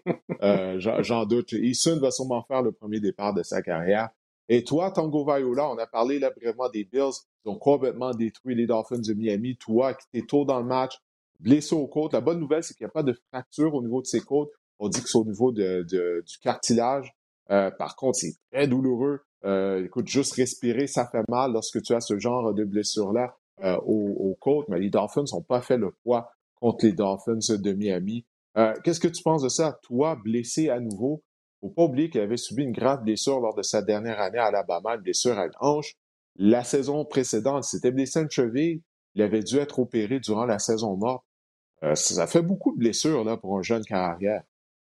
A: j'en doute. Eason va sûrement faire le premier départ de sa carrière. Et toi, Tango Vaiola, on a parlé là brièvement des Bills, qui ont complètement détruit les Dolphins de Miami. Toi, qui t'es tôt dans le match, blessé aux côtes. La bonne nouvelle, c'est qu'il n'y a pas de fracture au niveau de ses côtes. On dit que c'est au niveau du cartilage. Par contre, c'est très douloureux. Écoute, juste respirer, ça fait mal lorsque tu as ce genre de blessure-là aux côtes. Mais les Dolphins n'ont pas fait le poids contre les Dolphins de Miami. Qu'est-ce que tu penses de ça? Toi, blessé à nouveau, faut pas oublier qu'il avait subi une grave blessure lors de sa dernière année à Alabama, une blessure à une hanche. La saison précédente, il s'était blessé à une cheville. Il avait dû être opéré durant la saison morte. Ça fait beaucoup de blessures là, pour un jeune carrière.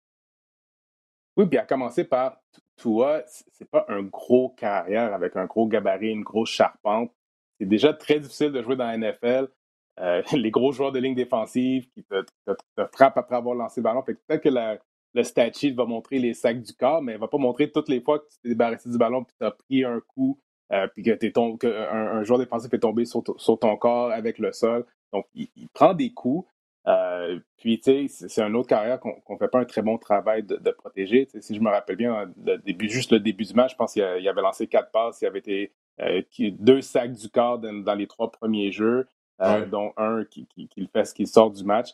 B: Oui, puis à commencer par Tua, c'est pas un gros carrière avec un gros gabarit, une grosse charpente. C'est déjà très difficile de jouer dans la NFL. Les gros joueurs de ligne défensive qui te frappent après avoir lancé le ballon. Fait que peut-être que le stat sheet va montrer les sacs du corps, mais il va pas montrer toutes les fois que tu t'es débarrassé du ballon puis tu as pris un coup puis un joueur défensif est tombé sur ton corps avec le sol. Donc, il prend des coups. Puis, tu sais, c'est une autre carrière qu'on fait pas un très bon travail de protéger. T'sais, si je me rappelle bien, juste le début du match, je pense qu'il avait lancé 4 passes, il avait été 2 sacs du corps dans les 3 premiers jeux,
A: Ouais.
B: dont un qui le fait ce qui sort du match.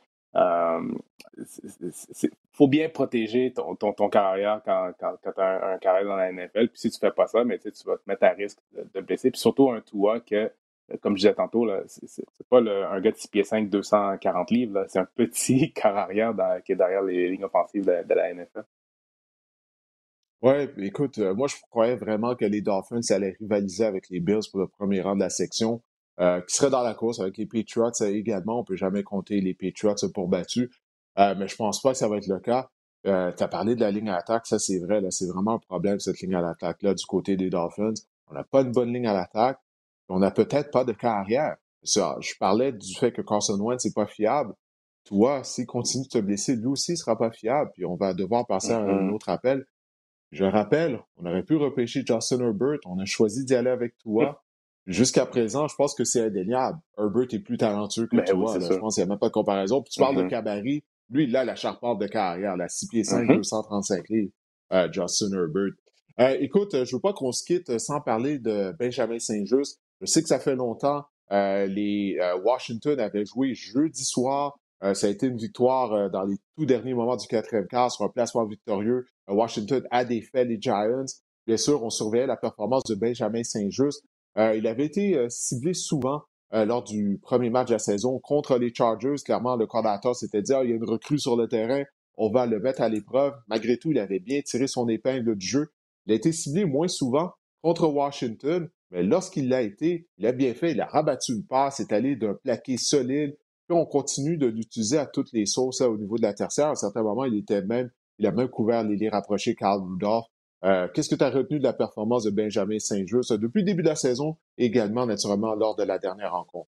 B: Faut bien protéger ton carrière quand tu as un carrière dans la NFL. Puis si tu fais pas ça, mais tu vas te mettre à risque de blesser. Puis surtout un Tua que comme je disais tantôt, là, c'est pas un gars de 6 pieds 5, 240 livres. Là. C'est un petit quart arrière qui est derrière les lignes offensives de la NFL.
A: Ouais, écoute, moi je croyais vraiment que les Dolphins allaient rivaliser avec les Bills pour le premier rang de la section, qui serait dans la course avec les Patriots également. On peut jamais compter les Patriots pour battus, mais je pense pas que ça va être le cas. Tu as parlé de la ligne à l'attaque, ça c'est vrai, là, c'est vraiment un problème cette ligne à l'attaque-là du côté des Dolphins. On n'a pas une bonne ligne à l'attaque, on n'a peut-être pas de carrière. Ça, je parlais du fait que Carson Wentz n'est pas fiable. Toi, s'il continue de te blesser, lui aussi ne sera pas fiable, puis on va devoir passer à un
B: Mhm.
A: autre appel. Je rappelle, on aurait pu repêcher Justin Herbert. On a choisi d'y aller avec Tua. Jusqu'à présent, je pense que c'est indéniable. Herbert est plus talentueux que
B: Ben oui,
A: Tua.
B: c'est
A: Là. Je
B: sûr.
A: pense qu'il n'y a même pas de comparaison. Puis tu parles de
B: Mhm.
A: Cabarry. Lui, il a la charpente de carrière. Là, 6 pieds 5,
B: Mhm.
A: 235 livres. Justin Herbert. Écoute, je veux pas qu'on se quitte sans parler de Benjamin Saint-Just. Je sais que ça fait longtemps. Les Washington avaient joué jeudi soir. Ça a été une victoire dans les tout derniers moments du quatrième quart sur un placement victorieux. Washington a défait les Giants. Bien sûr, on surveillait la performance de Benjamin Saint-Just. Il avait été ciblé souvent lors du premier match de la saison contre les Chargers. Clairement, le coordinateur s'était dit, il y a une recrue sur le terrain, on va le mettre à l'épreuve. Malgré tout, il avait bien tiré son épingle du jeu. Il a été ciblé moins souvent contre Washington, mais lorsqu'il l'a été, il a bien fait. Il a rabattu une passe, est allé d'un plaqué solide. Puis on continue de l'utiliser à toutes les sauces au niveau de la tertiaire. À un certain moment, il a même couvert les rapprochés Carl Rudolph. Qu'est-ce que tu as retenu de la performance de Benjamin Saint-Just depuis le début de la saison, également naturellement lors de la dernière rencontre?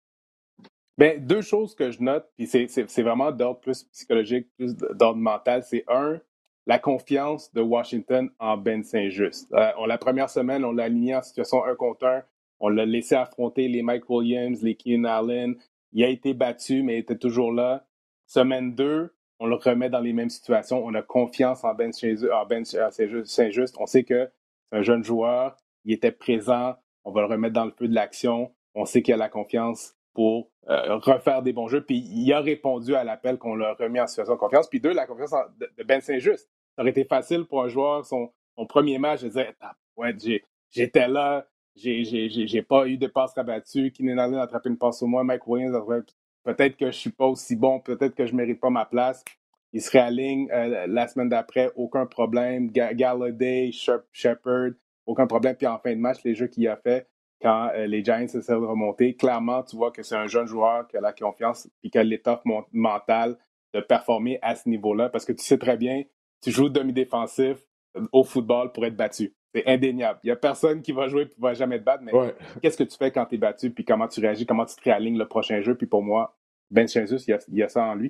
B: Ben, 2 choses que je note, puis c'est vraiment d'ordre plus psychologique, plus d'ordre mental. C'est un, la confiance de Washington en Ben Saint-Just. La première semaine, on l'a aligné en situation 1 contre 1. On l'a laissé affronter les Mike Williams, les Keenan Allen. Il a été battu, mais il était toujours là. Semaine 2, on le remet dans les mêmes situations. On a confiance en Ben Saint-Just. On sait que c'est un jeune joueur. Il était présent. On va le remettre dans le feu de l'action. On sait qu'il a la confiance pour refaire des bons jeux. Puis il a répondu à l'appel qu'on l'a remis en situation de confiance. Puis 2, la confiance de Ben Saint-Just. Ça aurait été facile pour un joueur, son premier match, de dire ouais, j'étais là, j'ai pas eu de passe rabattue. Keenan Allen a attrapé une passe au moins. Mike Williams, peut-être que je suis pas aussi bon, peut-être que je mérite pas ma place. Il serait à ligne la semaine d'après, aucun problème. Galladay, Shepard, aucun problème. Puis en fin de match, les jeux qu'il a fait quand les Giants essaient de remonter, clairement, tu vois que c'est un jeune joueur qui a la confiance et qui a l'étoffe mentale de performer à ce niveau-là. Parce que tu sais très bien, tu joues demi-défensif au football pour être battu. C'est indéniable. Il n'y a personne qui va jouer et qui ne va jamais te battre, mais qu'est-ce que tu fais quand tu es battu, puis comment tu réagis, comment tu te réalignes le prochain jeu? Puis pour moi, Ben Saint-Just, il y a ça en lui.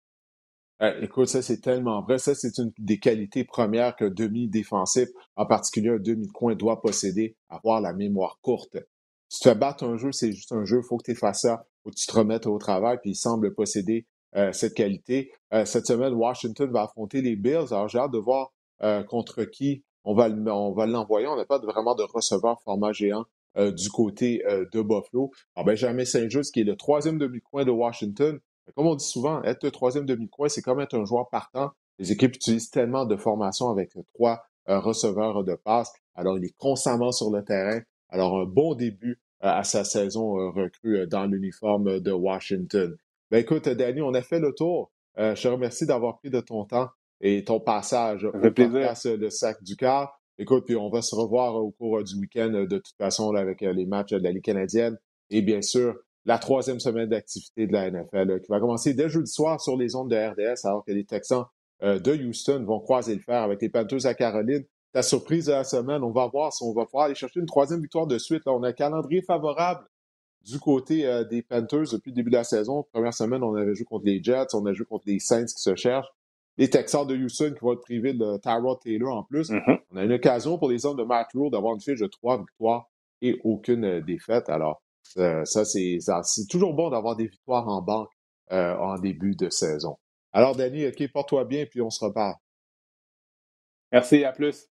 A: Écoute, ça, c'est tellement vrai. Ça, c'est une des qualités premières qu'un demi-défensif, en particulier un demi-coin, doit posséder, avoir la mémoire courte. Si tu te battes un jeu, c'est juste un jeu, il faut que tu fasses ça, il faut que tu te remettes au travail, puis il semble posséder cette qualité. Cette semaine, Washington va affronter les Bills. Alors, j'ai hâte de voir contre qui on va l'envoyer. On n'a pas vraiment de receveur format géant du côté de Buffalo. Alors, Benjamin Saint-Just, qui est le troisième demi-coin de Washington. Comme on dit souvent, être le troisième demi-coin, c'est comme être un joueur partant. Les équipes utilisent tellement de formations avec trois receveurs de passe. Alors, il est constamment sur le terrain. Alors, un bon début à sa saison recrue dans l'uniforme de Washington. Ben écoute, Danny, on a fait le tour. Je te remercie d'avoir pris de ton temps et ton passage au podcast de Sac du Car. Écoute, puis on va se revoir au cours du week-end de toute façon là, avec les matchs de la Ligue canadienne. Et bien sûr, la troisième semaine d'activité de la NFL qui va commencer dès jeudi soir sur les ondes de RDS, alors que les Texans de Houston vont croiser le fer avec les Panthers à Caroline. Ta surprise de la semaine, on va voir si on va pouvoir aller chercher une troisième victoire de suite. Là, on a un calendrier favorable du côté des Panthers depuis le début de la saison. Première semaine, on avait joué contre les Jets, on a joué contre les Saints qui se cherchent. Les Texans de Houston qui vont être privés de Tyrod Taylor en plus. On a une occasion pour les hommes de Matt Rule d'avoir une fiche de 3 victoires et aucune défaite. Alors, ça, c'est toujours bon d'avoir des victoires en banque en début de saison. Alors, Danny, OK, porte-toi bien, puis on se reparle.
B: Merci, à plus.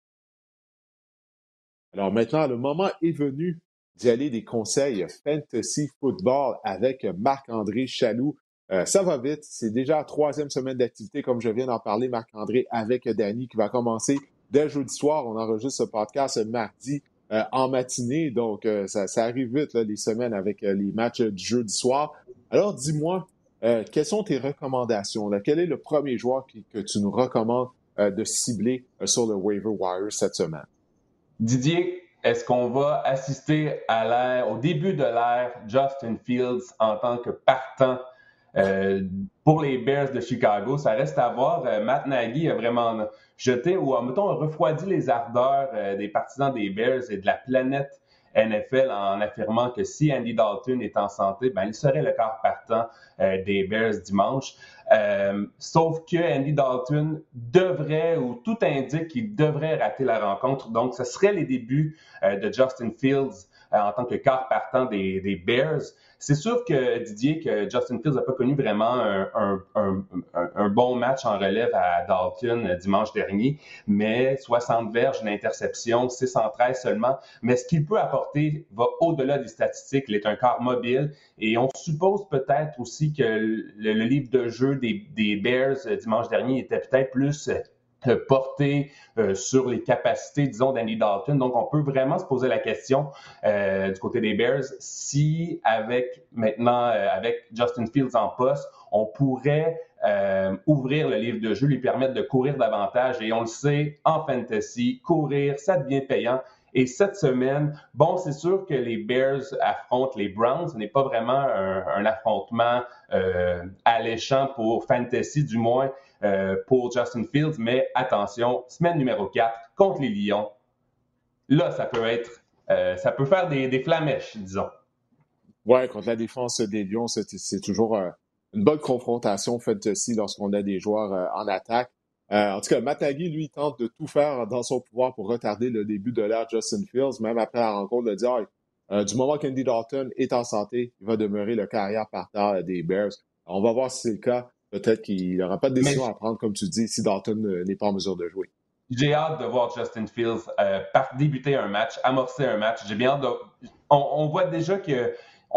A: Alors maintenant, le moment est venu d'y aller des conseils Fantasy Football avec Marc-André Chaloux. Ça va vite, c'est déjà la troisième semaine d'activité, comme je viens d'en parler, Marc-André, avec Danny, qui va commencer dès jeudi soir. On enregistre ce podcast mardi en matinée, donc ça arrive vite, là, les semaines avec les matchs du jeudi soir. Alors, dis-moi, quelles sont tes recommandations? Là? Quel est le premier joueur que tu nous recommandes de cibler sur le waiver wire cette semaine?
C: Didier, est-ce qu'on va assister au début de l'ère Justin Fields en tant que partant pour les Bears de Chicago? Ça reste à voir. Matt Nagy a vraiment jeté ou, mettons, refroidi les ardeurs des partisans des Bears et de la planète NFL en affirmant que si Andy Dalton est en santé, ben, il serait le quart partant des Bears dimanche. Sauf que Andy Dalton devrait, ou tout indique qu'il devrait rater la rencontre. Donc, ce serait les débuts de Justin Fields en tant que quart partant des Bears. C'est sûr que, Didier, que Justin Fields n'a pas connu vraiment un bon match en relève à Dalton dimanche dernier, mais 60 verges, une interception, 613 seulement. Mais ce qu'il peut apporter va au-delà des statistiques. Il est un quart mobile et on suppose peut-être aussi que le livre de jeu des Bears dimanche dernier était peut-être plus porté sur les capacités, disons, d'Andy Dalton. Donc, on peut vraiment se poser la question du côté des Bears si, avec Justin Fields en poste, on pourrait ouvrir le livre de jeu, lui permettre de courir davantage. Et on le sait, en fantasy, courir, ça devient payant. Et cette semaine, bon, c'est sûr que les Bears affrontent les Browns. Ce n'est pas vraiment un affrontement alléchant pour fantasy, du moins pour Justin Fields. Mais attention, semaine numéro 4 contre les Lions. Là, ça peut faire des flamèches, disons.
A: Ouais, contre la défense des Lions, c'est toujours une bonne confrontation fantasy lorsqu'on a des joueurs en attaque. En tout cas, Matt Nagy, lui, tente de tout faire dans son pouvoir pour retarder le début de l'ère Justin Fields, même après la rencontre, de dire du moment qu'Andy Dalton est en santé, il va demeurer le carrière partant des Bears. Alors, on va voir si c'est le cas. Peut-être qu'il n'aura pas de décision à prendre, comme tu dis, si Dalton n'est pas en mesure de jouer.
C: J'ai hâte de voir Justin Fields débuter un match, amorcer un match. J'ai bien hâte de... On voit déjà que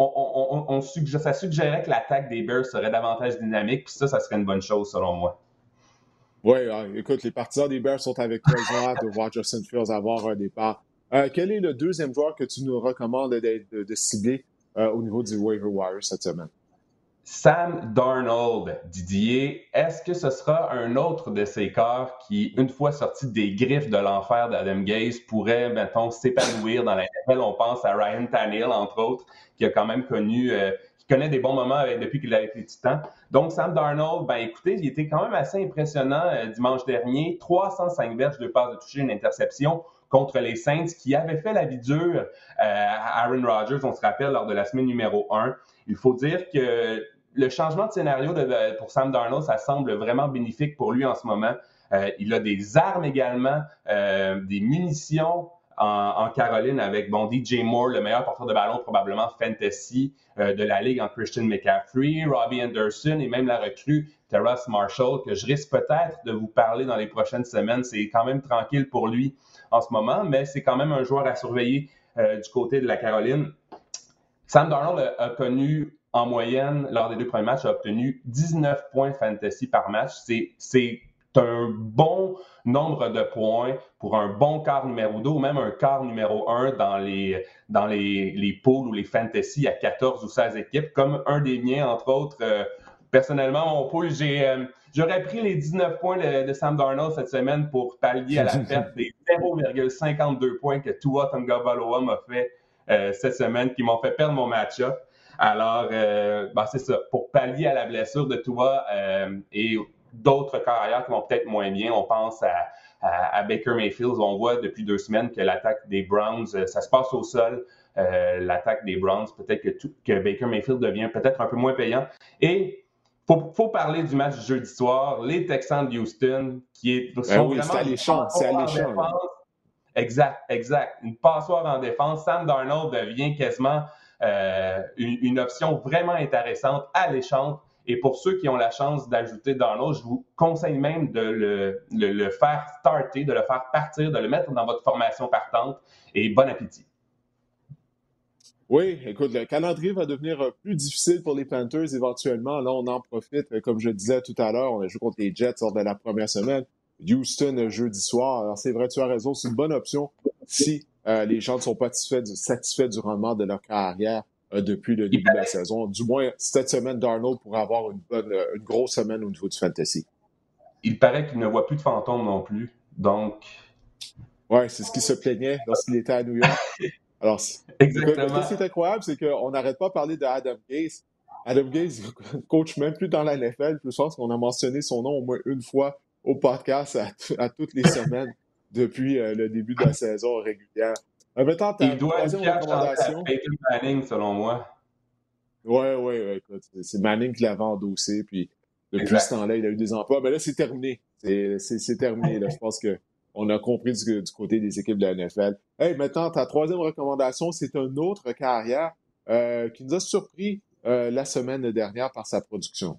C: ça suggérait que l'attaque des Bears serait davantage dynamique, puis ça serait une bonne chose selon moi.
A: Oui, écoute, les partisans des Bears sont avec toi. Ils ont hâte de voir Justin Fields avoir un départ. Quel est le deuxième joueur que tu nous recommandes de cibler au niveau du waiver wire cette semaine?
C: Sam Darnold, Didier, est-ce que ce sera un autre de ces corps qui, une fois sorti des griffes de l'enfer d'Adam Gase, pourrait, mettons, s'épanouir dans la NFL? On pense à Ryan Tannehill, entre autres, qui a quand même qui connaît des bons moments depuis qu'il a avec les Titans. Donc, Sam Darnold, écoutez, il était quand même assez impressionnant dimanche dernier. 305 verges, 2 passes de toucher, une interception contre les Saints, qui avaient fait la vie dure à Aaron Rodgers, on se rappelle, lors de la semaine numéro 1. Il faut dire que le changement de scénario pour Sam Darnold, ça semble vraiment bénéfique pour lui en ce moment. Il a des armes également, des munitions en Caroline avec DJ Moore, le meilleur porteur de ballon probablement fantasy de la Ligue, en Christian McCaffrey, Robbie Anderson et même la recrue Terrace Marshall, que je risque peut-être de vous parler dans les prochaines semaines. C'est quand même tranquille pour lui en ce moment, mais c'est quand même un joueur à surveiller du côté de la Caroline. Sam Darnold a connu en moyenne, lors des 2 premiers matchs, a obtenu 19 points fantasy par match. C'est un bon nombre de points pour un bon quart numéro 2 ou même un quart numéro 1 dans les pools ou les fantasy à 14 ou 16 équipes, comme un des miens, entre autres. Personnellement, mon pool, j'aurais pris les 19 points de Sam Darnold cette semaine pour pallier à la perte des 0,52 points que Tua Tagovailoa m'a fait cette semaine, qui m'ont fait perdre mon match-up. Alors, c'est ça. Pour pallier à la blessure de Tua et d'autres carrières qui vont peut-être moins bien, on pense à Baker Mayfield. On voit depuis 2 semaines que l'attaque des Browns, ça se passe au sol. L'attaque des Browns, peut-être que Baker Mayfield devient peut-être un peu moins payant. Et faut parler du match du jeudi soir, les Texans de Houston, sont vraiment...
A: C'est alléchant.
C: Exact. Une passoire en défense. Sam Darnold devient quasiment une option vraiment intéressante, alléchante. Et pour ceux qui ont la chance d'ajouter Darnold, je vous conseille même de le faire starter, de le faire partir, de le mettre dans votre formation partante. Et bon appétit.
A: Oui, écoute, le calendrier va devenir plus difficile pour les Panthers éventuellement. Là, on en profite. Comme je disais tout à l'heure, on a joué contre les Jets lors de la première semaine. Houston jeudi soir. Alors, c'est vrai, tu as raison, c'est une bonne option si les gens ne sont pas satisfaits du rendement de leur carrière depuis le début de la saison. Du moins, cette semaine, Darnold pourrait avoir une grosse semaine au niveau du fantasy.
C: Il paraît qu'il ne voit plus de fantômes non plus. Donc.
A: Oui, c'est ce qui se plaignait lorsqu'il était à New York. Alors,
C: exactement.
A: Ce qui est incroyable, c'est qu'on n'arrête pas de parler de Adam Gase. Adam Gase coach même plus dans la NFL. Je pense qu'on a mentionné son nom au moins une fois au podcast à toutes les semaines depuis le début de la saison régulière. Maintenant, ta troisième recommandation.
C: Peyton Manning, selon moi.
A: Oui, écoute, c'est Manning qui l'avait endossé, puis depuis ce temps-là, il a eu des emplois. Mais là, c'est terminé. C'est terminé. Là. Je pense qu'on a compris du côté des équipes de la NFL. Hey, maintenant, ta troisième recommandation, c'est un autre carrière qui nous a surpris la semaine dernière par sa production.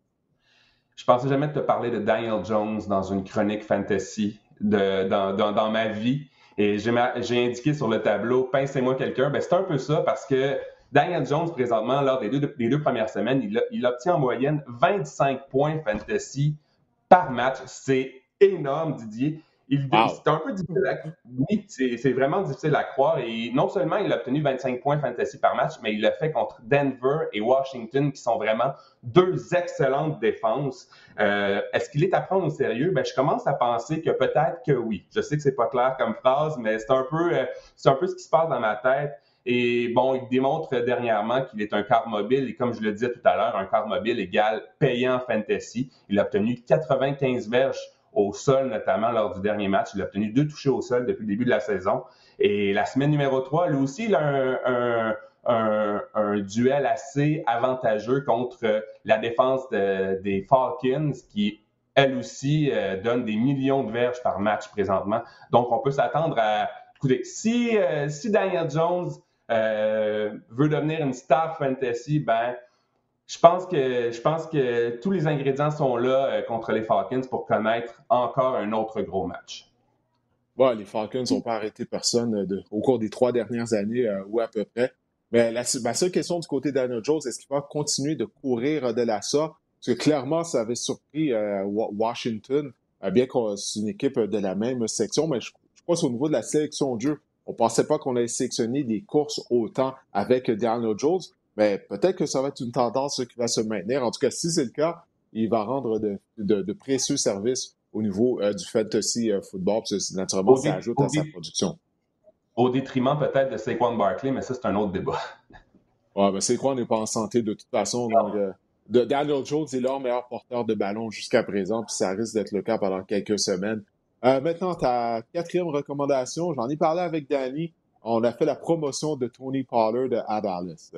C: Je pensais jamais te parler de Daniel Jones dans une chronique fantasy dans ma vie. Et j'ai indiqué sur le tableau, pincez-moi quelqu'un. C'est un peu ça parce que Daniel Jones, présentement, lors des deux premières semaines, il obtient en moyenne 25 points fantasy par match. C'est énorme, Didier. C'est un peu difficile Oui, c'est vraiment difficile à croire. Et non seulement il a obtenu 25 points fantasy par match, mais il l'a fait contre Denver et Washington, qui sont vraiment 2 excellentes défenses. Est-ce qu'il est à prendre au sérieux? Je commence à penser que peut-être que oui. Je sais que c'est pas clair comme phrase, mais c'est un peu ce qui se passe dans ma tête. Et bon, il démontre dernièrement qu'il est un quart mobile. Et comme je le disais tout à l'heure, un quart mobile égale payant fantasy. Il a obtenu 95 verges au sol, notamment lors du dernier match. Il a obtenu 2 touchés au sol depuis le début de la saison. Et la semaine numéro 3, lui aussi, il a un duel assez avantageux contre la défense des Falcons, qui elle aussi, donne des millions de verges par match présentement. Donc, on peut s'attendre à... Écoutez, si Daniel Jones veut devenir une star fantasy, je pense que tous les ingrédients sont là contre les Falcons pour connaître encore un autre gros match.
A: Ouais, les Falcons n'ont pas arrêté personne au cours des 3 dernières années, ou à peu près. Mais ma seule question du côté Daniel Jones, est-ce qu'il va continuer de courir de la sorte? Parce que clairement, ça avait surpris Washington, bien que c'est une équipe de la même section, mais je pense au niveau de la sélection de jeu, on ne pensait pas qu'on allait sélectionner des courses autant avec Daniel Jones, mais peut-être que ça va être une tendance qui va se maintenir. En tout cas, si c'est le cas, il va rendre de précieux services au niveau du fantasy football, parce que naturellement, ça ajoute à sa production.
C: Au détriment peut-être de Saquon Barkley, mais ça, c'est un autre débat.
A: Ouais, ben Saquon n'est pas en santé de toute façon, donc Daniel Jones est leur meilleur porteur de ballon jusqu'à présent, puis ça risque d'être le cas pendant quelques semaines. Maintenant, ta 4e recommandation, j'en ai parlé avec Danny, on a fait la promotion de Tony Pollard à Dallas.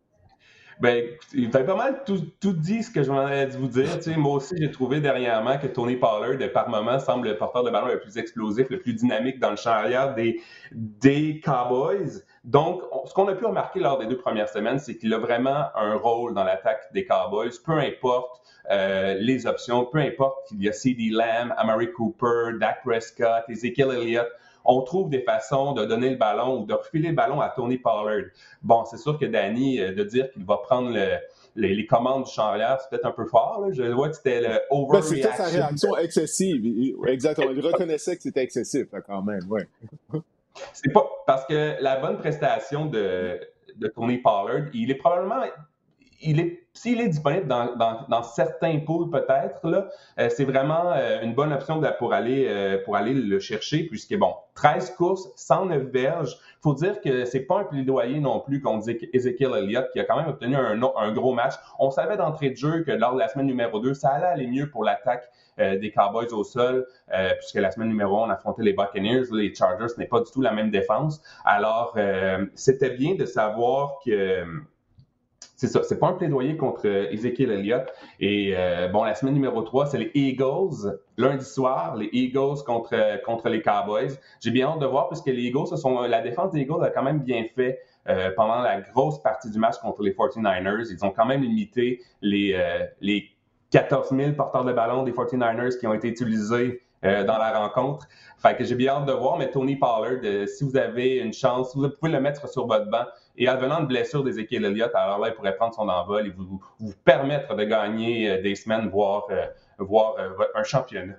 C: Ben, vous avez pas mal tout dit ce que je m'en allais vous dire. Tu sais, moi aussi, j'ai trouvé dernièrement que Tony Pollard, par moment, semble le porteur de ballon le plus explosif, le plus dynamique dans le champ arrière des Cowboys. Donc, ce qu'on a pu remarquer lors des 2 premières semaines, c'est qu'il a vraiment un rôle dans l'attaque des Cowboys. Peu importe les options, peu importe qu'il y a CeeDee Lamb, Amari Cooper, Dak Prescott, Ezekiel Elliott, on trouve des façons de donner le ballon ou de refiler le ballon à Tony Pollard. Bon, c'est sûr que Danny, de dire qu'il va prendre les commandes du champ arrière, c'est peut-être un peu fort. Là. Je vois que c'était le overreaction.
A: C'était sa réaction excessive. Exactement. Il reconnaissait que c'était excessif, là, quand même. Ouais.
C: C'est pas parce que la bonne prestation de Tony Pollard, il est probablement... S'il est disponible dans certains pools peut-être, là, c'est vraiment une bonne option pour aller le chercher, puisque, bon, 13 courses, 109 verges. Il faut dire que c'est pas un plaidoyer non plus contre Ezekiel Elliott, qui a quand même obtenu un gros match. On savait d'entrée de jeu que lors de la semaine numéro 2, ça allait aller mieux pour l'attaque des Cowboys au sol, puisque la semaine numéro 1, on affrontait les Buccaneers, les Chargers, ce n'est pas du tout la même défense. Alors, c'était bien de savoir que... C'est ça, c'est pas un plaidoyer contre Ezekiel Elliott. Et bon, la semaine numéro 3, c'est les Eagles, lundi soir, les Eagles contre les Cowboys. J'ai bien hâte de voir, puisque les Eagles, la défense des Eagles a quand même bien fait pendant la grosse partie du match contre les 49ers. Ils ont quand même limité les 14 000 porteurs de ballon des 49ers qui ont été utilisés dans la rencontre. Fait que j'ai bien hâte de voir, mais Tony Pollard, si vous avez une chance, vous pouvez le mettre sur votre banc. Et advenant de blessure d'Ezekiel Elliott, alors là, il pourrait prendre son envol et vous permettre de gagner des semaines, voire un championnat.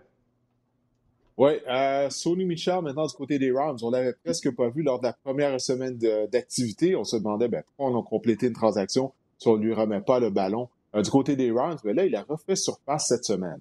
A: Oui, Sony Michel, maintenant du côté des Rams, on l'avait presque pas vu lors de la première semaine d'activité. On se demandait pourquoi on a complété une transaction si on ne lui remet pas le ballon. Du côté des Rams, mais là, il a refait surface cette semaine.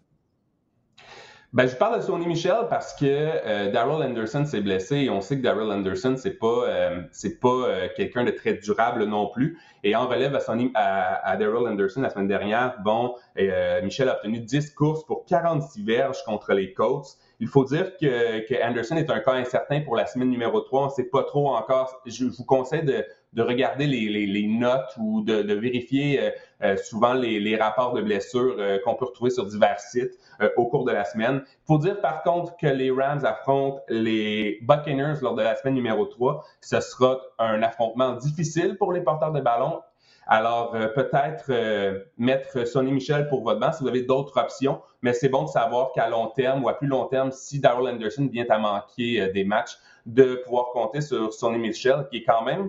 C: Je parle de Sony Michel parce que Darrell Henderson s'est blessé et on sait que Darrell Henderson, c'est pas quelqu'un de très durable non plus. Et en relève à Darrell Henderson la semaine dernière, Michel a obtenu 10 courses pour 46 verges contre les Colts. Il faut dire que Anderson est un cas incertain pour la semaine numéro 3. On ne sait pas trop encore. Je vous conseille de regarder les notes ou de vérifier souvent les rapports de blessures qu'on peut retrouver sur divers sites au cours de la semaine. Il faut dire par contre que les Rams affrontent les Buccaneers lors de la semaine numéro 3. Ce sera un affrontement difficile pour les porteurs de ballon. Alors, peut-être mettre Sony Michel pour votre banc si vous avez d'autres options, mais c'est bon de savoir qu'à long terme ou à plus long terme, si Darrell Henderson vient à manquer des matchs, de pouvoir compter sur Sony Michel, qui est quand même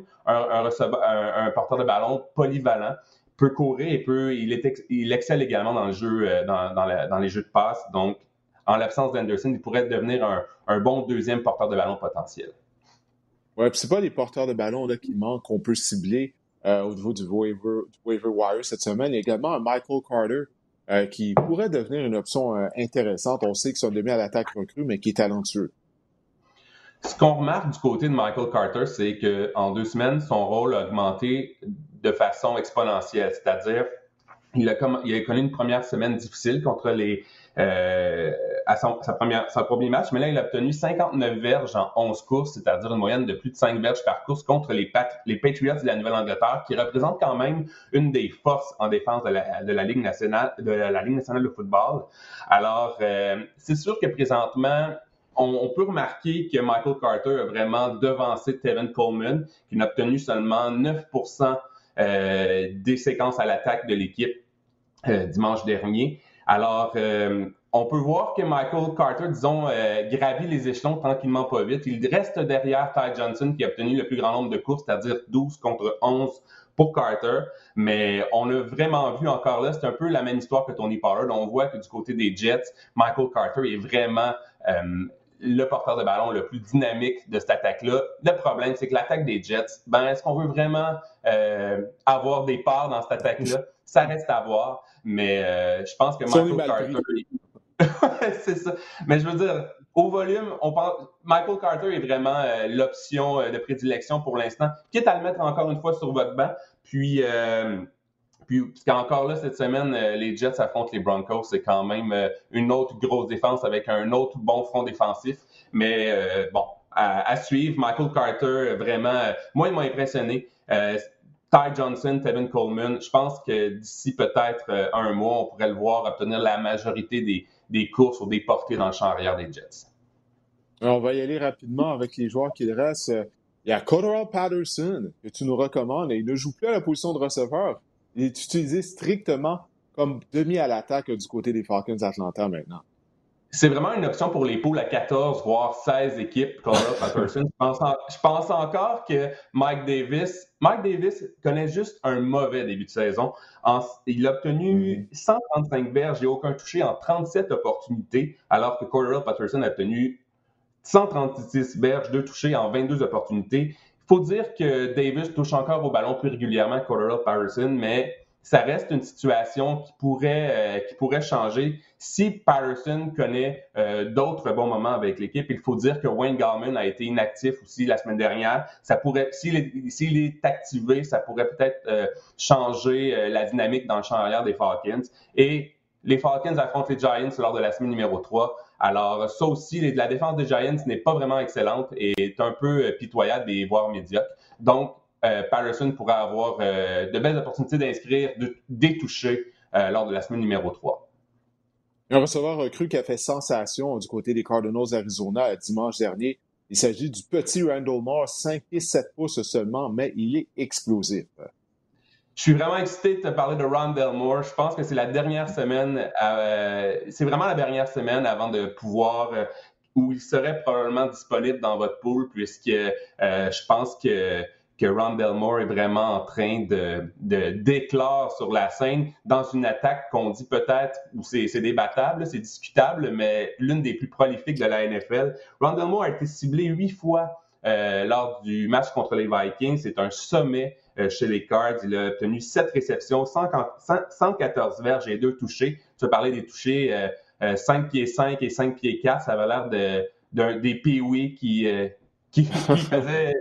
C: un porteur de ballon polyvalent, peut courir et il excelle également dans le jeu, dans les jeux de passe. Donc, en l'absence d'Henderson, il pourrait devenir un bon deuxième porteur de ballon potentiel.
A: Oui, puis c'est pas les porteurs de ballon là, qui manquent qu'on peut cibler au niveau du waiver wire cette semaine. Il y a également un Michael Carter qui pourrait devenir une option intéressante. On sait que c'est un demi à l'attaque recrue, mais qui est talentueux.
C: Ce qu'on remarque du côté de Michael Carter, c'est qu'en 2 semaines, son rôle a augmenté de façon exponentielle. C'est-à-dire, il a connu une première semaine difficile contre les à son premier match, mais là, il a obtenu 59 verges en 11 courses, c'est-à-dire une moyenne de plus de 5 verges par course contre les Patriots de la Nouvelle-Angleterre, qui représentent quand même une des forces en défense de la Ligue nationale de football. Alors, c'est sûr que présentement, on peut remarquer que Michael Carter a vraiment devancé Tevin Coleman, qui n'a obtenu seulement 9% des séquences à l'attaque de l'équipe dimanche dernier. Alors, on peut voir que Michael Carter, disons, gravit les échelons tranquillement pas vite. Il reste derrière Ty Johnson, qui a obtenu le plus grand nombre de courses, c'est-à-dire 12 contre 11 pour Carter. Mais on a vraiment vu encore là, c'est un peu la même histoire que Tony Pollard. On voit que du côté des Jets, Michael Carter est vraiment le porteur de ballon le plus dynamique de cette attaque-là. Le problème, c'est que l'attaque des Jets, est-ce qu'on veut vraiment avoir des parts dans cette attaque-là? Ça reste à voir, mais je pense que Michael Carter... c'est ça. Mais je veux dire, au volume, Michael Carter est vraiment l'option de prédilection pour l'instant, quitte à le mettre encore une fois sur votre banc. Puis parce qu'encore là, cette semaine, les Jets affrontent les Broncos. C'est quand même une autre grosse défense avec un autre bon front défensif. Mais à suivre. Michael Carter, vraiment, moi, il m'a impressionné. Ty Johnson, Tevin Coleman, je pense que d'ici peut-être un mois, on pourrait le voir obtenir la majorité des courses ou des portées dans le champ arrière des Jets.
A: Alors, on va y aller rapidement avec les joueurs qu'il reste. Il y a Cordarrelle Patterson que tu nous recommandes. Il ne joue plus à la position de receveur. Il est utilisé strictement comme demi à l'attaque du côté des Falcons d'Atlanta maintenant.
C: C'est vraiment une option pour les poules à 14, voire 16 équipes, Cordarrelle Patterson. Je pense encore que Mike Davis connaît juste un mauvais début de saison. Il a obtenu 135 verges et aucun touché en 37 opportunités, alors que Cordarrelle Patterson a obtenu 136 verges, 2 touchés en 22 opportunités. Il faut dire que Davis touche encore au ballon plus régulièrement que Cordarrelle Patterson, mais ça reste une situation qui pourrait changer si Patterson connaît d'autres bons moments avec l'équipe. Il faut dire que Wayne Gallman a été inactif aussi la semaine dernière. Ça pourrait, s'il est activé, ça pourrait peut-être changer la dynamique dans le champ arrière des Falcons. Et les Falcons affrontent les Giants lors de la semaine numéro 3. Alors, ça aussi, la défense des Giants n'est pas vraiment excellente et est un peu pitoyable et voire médiocre. Donc, Patterson pourrait avoir de belles opportunités d'inscrire des touchés lors de la semaine numéro 3.
A: Un receveur recru qui a fait sensation du côté des Cardinals d'Arizona dimanche dernier. Il s'agit du petit Randall Moore, 5 pieds 7 pouces seulement, mais il est explosif.
C: Je suis vraiment excité de te parler de Rondale Moore. Je pense que c'est la dernière semaine, c'est vraiment la dernière semaine avant de pouvoir, où il serait probablement disponible dans votre pool, puisque je pense que Rondale Moore est vraiment en train d'éclore sur la scène dans une attaque qu'on dit peut-être, ou c'est débattable, c'est discutable, mais l'une des plus prolifiques de la NFL. Rondale Moore a été ciblé 8 fois lors du match contre les Vikings. C'est un sommet chez les Cards. Il a obtenu 7 réceptions, 114 verges et 2 touchés. Tu as parlé des touchés 5 pieds 5 et 5 pieds 4. Ça avait l'air des Pee-wee qui faisaient...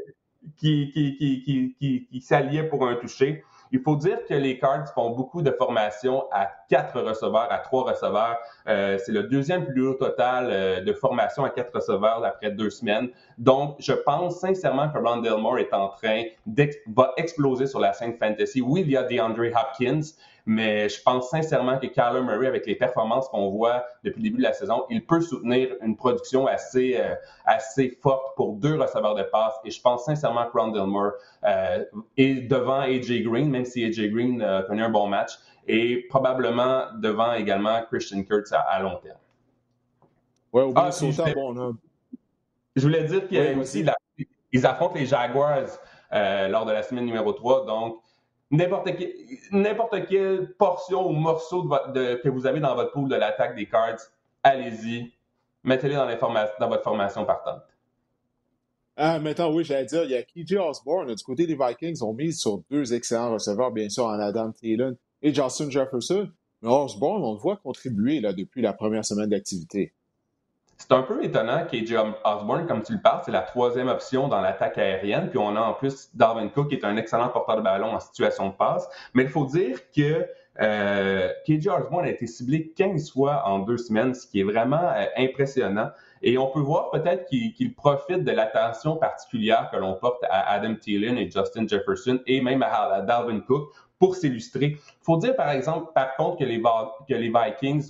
C: qui s'alliaient pour un toucher. Il faut dire que les Cards font beaucoup de formations à 4 receveurs, à 3 receveurs. C'est le deuxième plus haut total de formation à 4 receveurs après 2 semaines. Donc, je pense sincèrement que Rondale Moore est en train va exploser sur la scène fantasy. Oui, il y a DeAndre Hopkins, mais je pense sincèrement que Kyler Murray, avec les performances qu'on voit depuis le début de la saison, il peut soutenir une production assez forte pour 2 receveurs de passe. Et je pense sincèrement que Rondale Moore est devant A.J. Green, même si A.J. Green a connu un bon match, et probablement devant également Christian Kirk à long terme.
A: Ouais, au bout de bon homme.
C: Je voulais dire qu'il y a aussi ils affrontent les Jaguars lors de la semaine numéro 3, donc n'importe quelle portion ou morceau que vous avez dans votre pool de l'attaque des Cards, allez-y, mettez-les dans votre formation partante.
A: Maintenant, oui, j'allais dire, il y a KJ Osborne. Du côté des Vikings, on mise sur 2 excellents receveurs, bien sûr, en Adam Thielen et Justin Jefferson. Mais Osborne, on le voit contribuer là, depuis la première semaine d'activité.
C: C'est un peu étonnant KJ Osborne, comme tu le parles, c'est la 3e option dans l'attaque aérienne. Puis on a en plus Dalvin Cook, qui est un excellent porteur de ballon en situation de passe. Mais il faut dire que KJ Osborne a été ciblé 15 fois en 2 semaines, ce qui est vraiment impressionnant. Et on peut voir peut-être qu'il profite de l'attention particulière que l'on porte à Adam Thielen et Justin Jefferson et même à Dalvin Cook pour s'illustrer. Il faut dire, par contre, que les Vikings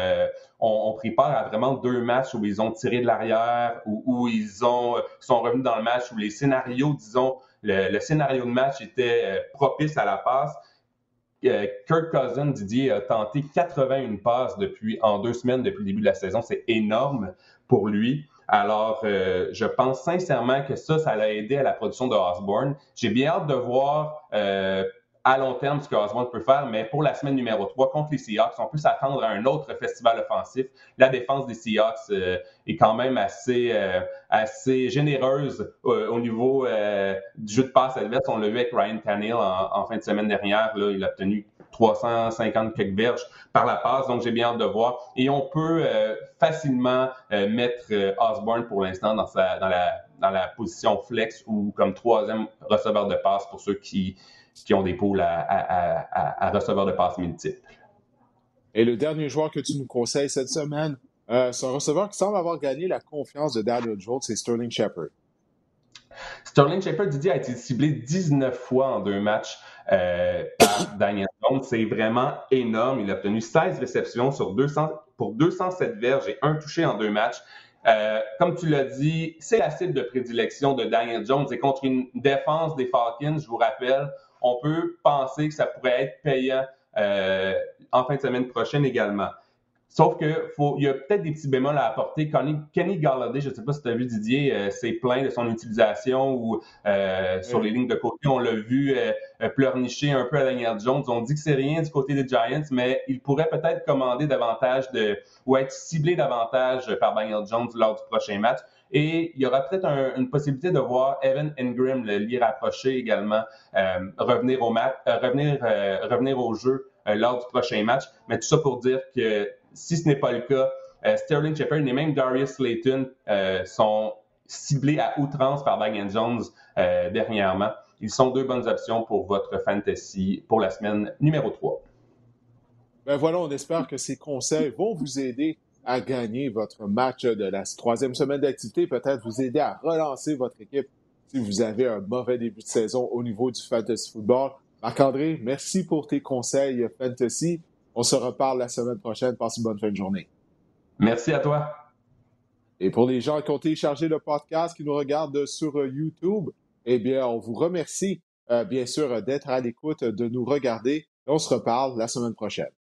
C: ont pris part à vraiment 2 matchs où ils ont tiré de l'arrière, où ils sont revenus dans le match, où les scénarios, disons, le scénario de match était propice à la passe. Kirk Cousins, Didier, a tenté 81 passes en 2 semaines depuis le début de la saison. C'est énorme pour lui. Alors, je pense sincèrement que ça l'a aidé à la production de Osborne. J'ai bien hâte de voir à long terme ce que Osborne peut faire, mais pour la semaine numéro 3 contre les Seahawks, on peut s'attendre à un autre festival offensif. La défense des Seahawks est quand même assez généreuse au niveau du jeu de passe adverse. On l'a vu avec Ryan Tannehill en fin de semaine dernière. Là, il a obtenu 350 quelques verges par la passe, donc j'ai bien hâte de voir. Et on peut facilement mettre Osborne pour l'instant dans la position flex ou comme 3e receveur de passe pour ceux qui ont des poules à receveurs de passe multiples.
A: Et le dernier joueur que tu nous conseilles cette semaine, c'est un receveur qui semble avoir gagné la confiance de Daniel Jones, c'est Sterling Shepard.
C: Sterling Shepard, Didier, a été ciblé 19 fois en 2 matchs par Daniel Jones. C'est vraiment énorme. Il a obtenu 16 réceptions pour 207 verges et 1 touché en 2 matchs. Comme tu l'as dit, c'est la cible de prédilection de Daniel Jones. Et contre une défense des Falcons, je vous rappelle, on peut penser que ça pourrait être payant en fin de semaine prochaine également. Sauf qu'il y a peut-être des petits bémols à apporter. Kenny Golladay, je ne sais pas si tu as vu Didier, s'est plaint de son utilisation ou sur les lignes de côté, on l'a vu pleurnicher un peu à Daniel Jones. On dit que c'est rien du côté des Giants, mais il pourrait peut-être commander davantage ou être ciblé davantage par Daniel Jones lors du prochain match. Et il y aura peut-être une possibilité de voir Evan Engram, le lié rapproché également, revenir au jeu lors du prochain match. Mais tout ça pour dire que si ce n'est pas le cas, Sterling Shepard et même Darius Slayton sont ciblés à outrance par Daniel Jones dernièrement. Ils sont 2 bonnes options pour votre fantasy pour la semaine numéro 3.
A: Ben voilà, on espère que ces conseils vont vous aider à gagner votre match de la 3e semaine d'activité, peut-être vous aider à relancer votre équipe si vous avez un mauvais début de saison au niveau du fantasy football. Marc-André, merci pour tes conseils fantasy. On se reparle la semaine prochaine. Passe une bonne fin de journée.
C: Merci à toi.
A: Et pour les gens qui ont téléchargé le podcast, qui nous regardent sur YouTube, eh bien, on vous remercie, bien sûr, d'être à l'écoute, de nous regarder. On se reparle la semaine prochaine.